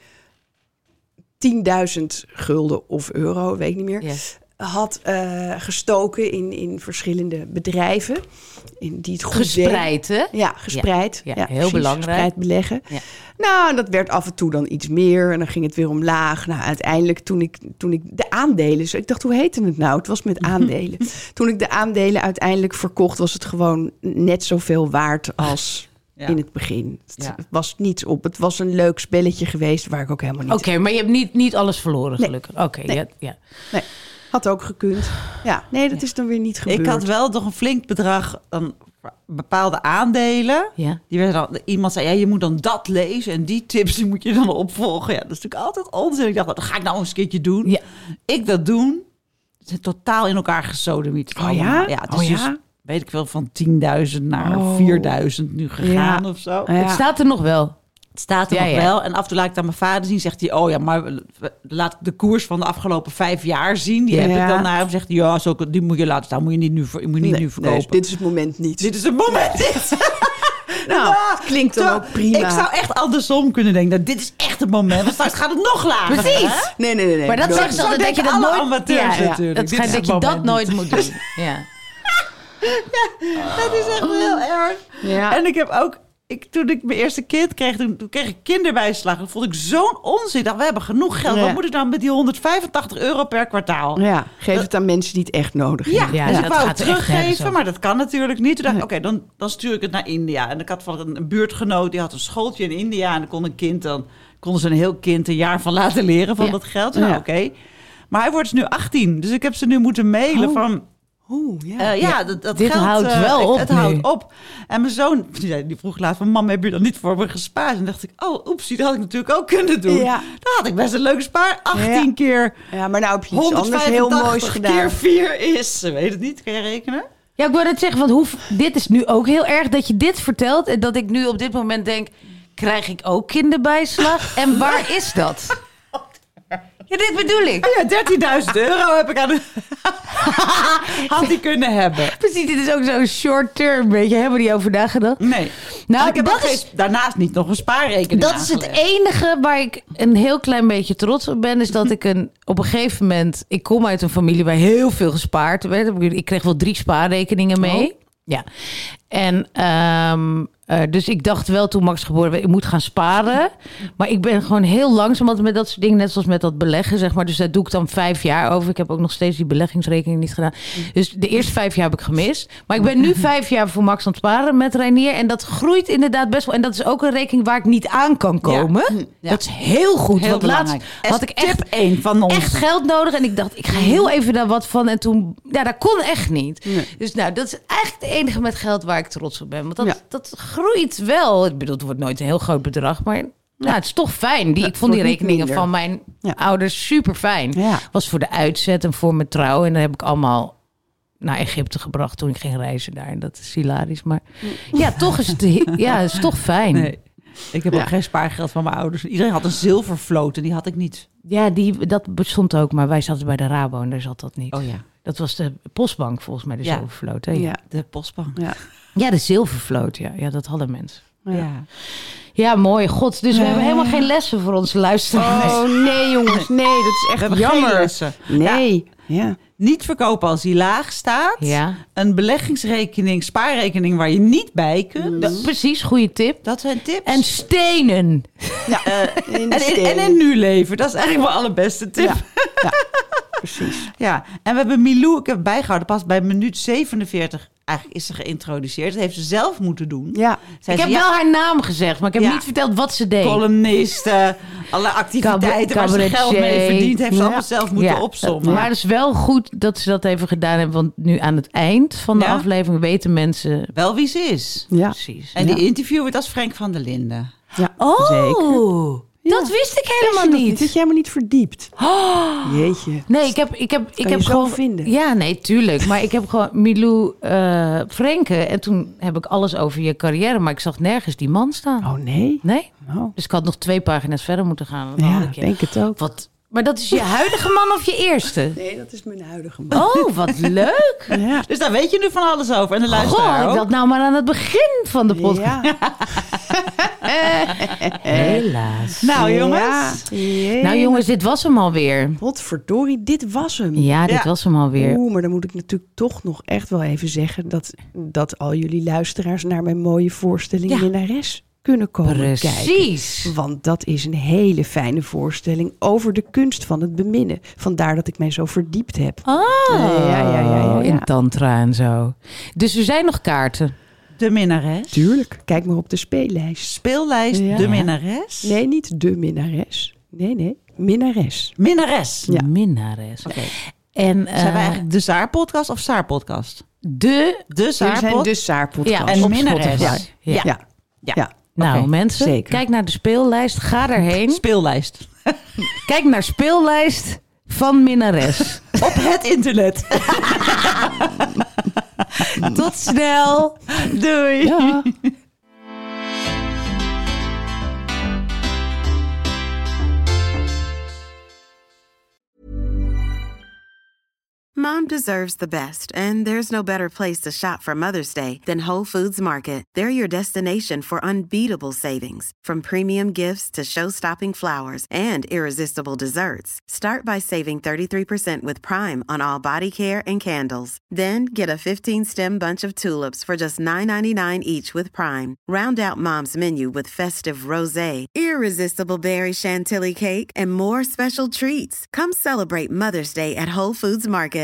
C: 10.000 gulden of euro, weet ik niet meer, had gestoken in verschillende bedrijven. Die het goed
D: gespreid,
C: deden.
D: Hè?
C: Ja, gespreid.
D: Ja, heel belangrijk.
C: Gespreid beleggen. Ja. Nou, dat werd af en toe dan iets meer. En dan ging het weer omlaag. Nou, uiteindelijk toen ik de aandelen... Ik dacht, hoe heette het nou? Het was met aandelen. Toen ik de aandelen uiteindelijk verkocht, was het gewoon net zoveel waard als in het begin. Het was niets op. Het was een leuk spelletje geweest waar ik ook helemaal niet...
D: Oké, maar je hebt niet alles verloren, gelukkig.
C: Nee.
D: Oké,
C: nee. Had ook gekund. Ja, nee, dat is dan weer niet gebeurd.
B: Ik had wel toch een flink bedrag aan bepaalde aandelen.
D: Ja.
B: Die werden dan, iemand zei, je moet dan dat lezen en die tips die moet je dan opvolgen. Ja, dat is natuurlijk altijd onzin. Ik dacht, dat ga ik nou eens een keertje doen. Ja. Ik dat doen. Het is totaal in elkaar gesodemiet.
C: Oh ja?
B: Ja, het is dus, weet ik wel, van 10.000 naar 4.000 nu gegaan of zo.
D: Ja. Het staat er nog wel.
B: Het staat er nog wel. En af en toe laat ik het aan mijn vader zien. Zegt hij, maar laat ik de koers van de afgelopen 5 jaar zien. Die heb ik dan naar hem. Zegt hij, die moet je laten staan. Moet je niet nu verkopen.
C: Nee, dit is het moment niet.
B: Dit is het moment niet.
C: Nou, klinkt dan ook prima.
B: Ik zou echt andersom kunnen denken. Nou, dit is echt het moment. Want straks gaat het nog lager.
D: Precies.
C: Hè? Nee.
D: Maar dat zegt dan dat je dat nooit...
B: amateurs natuurlijk.
D: Dat schijnt dat je dat nooit moet doen. Ja.
B: Dat is echt heel erg.
C: Ja.
B: En ik heb ook... Toen ik mijn eerste kind kreeg, toen kreeg ik kinderbijslag. Dat vond ik zo'n onzin. Ik dacht, we hebben genoeg geld. Wat moet ik dan met die 185 euro per kwartaal?
C: Ja, geef het aan mensen die het echt nodig hebben.
B: Ja, dus ik wou het teruggeven, maar dat kan natuurlijk niet. Toen dacht ik, dan stuur ik het naar India. En ik had van een buurtgenoot, die had een schooltje in India. En dan konden ze een heel kind een jaar van laten leren van dat geld. Nou, oké. Maar hij wordt dus nu 18. Dus ik heb ze nu moeten mailen van... dat
D: dit
B: geld
D: houdt wel op.
B: Het houdt op. En mijn zoon die vroeg laatst van... Mam, heb je dan niet voor me gespaard? En dacht ik, oepsie, dat had ik natuurlijk ook kunnen doen. Ja. Dan had ik best een leuke spaar. 18 keer...
C: Ja, maar nou heb je iets anders heel moois gedaan.
B: Keer 4 is... Weet het niet? Kan je rekenen?
D: Ja, ik wil net zeggen, want dit is nu ook heel erg dat je dit vertelt. En dat ik nu op dit moment denk... Krijg ik ook kinderbijslag? En waar is dat? Ja, dit bedoel ik.
B: Ja, 13.000 euro heb ik aan de... had hij kunnen hebben.
D: Precies, dit is ook zo'n short term, weet je. Hebben we niet over nagedacht?
B: Nee.
D: Nou,
B: ik heb daarnaast niet nog een spaarrekening
D: Dat is het enige waar ik een heel klein beetje trots op ben. Is dat ik op een gegeven moment... Ik kom uit een familie waar heel veel gespaard werd. Ik kreeg wel 3 spaarrekeningen mee. Ja. En dus ik dacht wel toen Max geboren werd, ik moet gaan sparen. Maar ik ben gewoon heel langzaam altijd met dat soort dingen. Net zoals met dat beleggen, zeg maar. Dus daar doe ik dan 5 jaar over. Ik heb ook nog steeds die beleggingsrekening niet gedaan. Dus de eerste 5 jaar heb ik gemist. Maar ik ben nu 5 jaar voor Max aan het sparen met Reinier. En dat groeit inderdaad best wel. En dat is ook een rekening waar ik niet aan kan komen.
B: Ja.
D: Dat is heel goed.
B: Heel
D: want
B: belangrijk.
D: laatst had ik echt
B: tip 1 van ons.
D: echt geld nodig. En ik dacht, ik ga heel even daar wat van. En toen, ja, dat kon echt niet.
C: Nee.
D: Dus nou, dat is eigenlijk het enige met geld waar ik trots op ben. Want dat groeit wel. Ik bedoel, het wordt nooit een heel groot bedrag. Maar nou, het is toch fijn. Ik vond die
C: wordt niet
D: rekeningen
C: minder.
D: van mijn ouders super fijn.
C: Ja.
D: Was voor de uitzet en voor mijn trouw. En dan heb ik allemaal naar Egypte gebracht toen ik ging reizen daar. En dat is hilarisch. Maar ja, toch is het, het is toch fijn.
B: Nee. Ik heb ook geen spaargeld van mijn ouders. Iedereen had een zilvervloot en die had ik niet.
D: Ja, dat bestond ook. Maar wij zaten bij de Rabo en daar zat dat niet.
B: Oh ja.
D: Dat was de Postbank volgens mij, de
B: Ja.
D: zilvervloot. Hè?
C: Ja.
B: De postbank.
C: Ja.
D: De zilvervloot, ja. Dat hadden mensen.
B: Ja.
D: Ja, mooi. God, dus we hebben helemaal geen lessen voor onze luisteraars.
C: Oh nee jongens, nee, dat is
B: We
C: echt
B: hebben
C: jammer.
B: geen lessen.
C: Nee, ja.
B: Niet verkopen als die laag staat.
D: Ja.
B: Een beleggingsrekening, spaarrekening waar je niet bij kunt.
D: Precies, goede tip.
B: Dat zijn tips.
D: En stenen.
B: En in nu leven. Dat is eigenlijk mijn allerbeste tip.
C: Ja. Ja, precies.
B: Ja, en we hebben Milou, ik heb bijgehouden, pas bij minuut 47 eigenlijk is ze geïntroduceerd. Dat heeft ze zelf moeten doen.
C: Ja.
B: Zei
D: Ik
B: ze,
D: heb wel haar naam gezegd, maar ik heb
B: Ja.
D: niet verteld wat ze deed.
B: columnist, alle activiteiten waar ze geld mee
D: Cabaretier.
B: verdient, heeft ze
C: Ja.
B: allemaal zelf moeten opsommen.
D: Maar het is wel goed dat ze dat even gedaan hebben, want nu aan het eind van de
B: Ja.
D: aflevering weten mensen
B: Wel wie ze is.
C: Ja.
D: precies.
B: En die interview wordt als Frank van der Linden.
C: Ja,
D: Oh,
C: zeker.
D: dat wist ik helemaal
C: Zit
D: niet.
C: je helemaal niet verdiept? Jeetje.
D: Nee, ik
C: je
D: heb
C: zo
D: gewoon
C: vinden.
D: Ja, nee, tuurlijk. Maar ik heb gewoon Milou Frenke en toen heb ik alles over je carrière, maar ik zag nergens die man staan.
C: Oh nee?
D: Nee,
C: Oh.
D: dus ik had nog 2 pagina's verder moeten gaan. Dan had
C: Ja,
D: ik je-
C: denk het ook.
D: Wat? Maar dat is je huidige man of je eerste?
C: Nee, dat is mijn huidige man.
D: Oh, wat leuk.
C: Ja.
B: Dus daar weet je nu van alles over. En de
D: Goh,
B: luisteraar
D: had ik
B: ook.
D: dat nou maar aan het begin van de podcast.
C: Ja.
D: Helaas.
B: Nou jongens.
C: Ja.
D: Nou jongens, dit was hem alweer.
C: Potverdorie, dit was hem.
D: Ja, dit
B: Ja.
D: was hem alweer.
C: Oeh, maar dan moet ik natuurlijk toch nog echt wel even zeggen dat al jullie luisteraars naar mijn mooie voorstelling
D: Ja.
C: Minnares kunnen komen
D: Precies.
C: kijken. Want dat is een hele fijne voorstelling over de kunst van het beminnen. Vandaar dat ik mij zo verdiept heb.
D: Oh,
C: Ja.
D: in tantra en zo. Dus er zijn nog kaarten.
B: De minnares.
C: Tuurlijk, kijk maar op de speellijst.
B: Speellijst
C: Ja.
B: De minnares.
C: Nee, niet de minnares. Nee, minnares.
B: Minnares.
C: Ja.
D: Minnares.
B: Oké.
D: En
B: Zijn wij eigenlijk de Zaar-podcast of Saar-podcast?
D: de...
B: De
C: We zijn
B: Zaar-podcast.
C: de Saar-podcast.
D: Ja,
B: En
D: op
B: minnares.
D: Spotify. Ja.
C: Ja. Ja.
D: Nou
B: Oké,
D: mensen,
C: zeker.
D: kijk naar de speellijst. Ga erheen.
B: Speellijst.
D: Kijk naar speellijst van Minnares.
B: Op het internet.
D: Tot snel.
B: Doei.
C: Ja.
A: Mom deserves the best, and there's no better place to shop for Mother's Day than Whole Foods Market. They're your destination for unbeatable savings, from premium gifts to show-stopping flowers and irresistible desserts. Start by saving 33% with Prime on all body care and candles. Then get a 15-stem bunch of tulips for just $9.99 each with Prime. Round out Mom's menu with festive rosé, irresistible berry chantilly cake, and more special treats. Come celebrate Mother's Day at Whole Foods Market.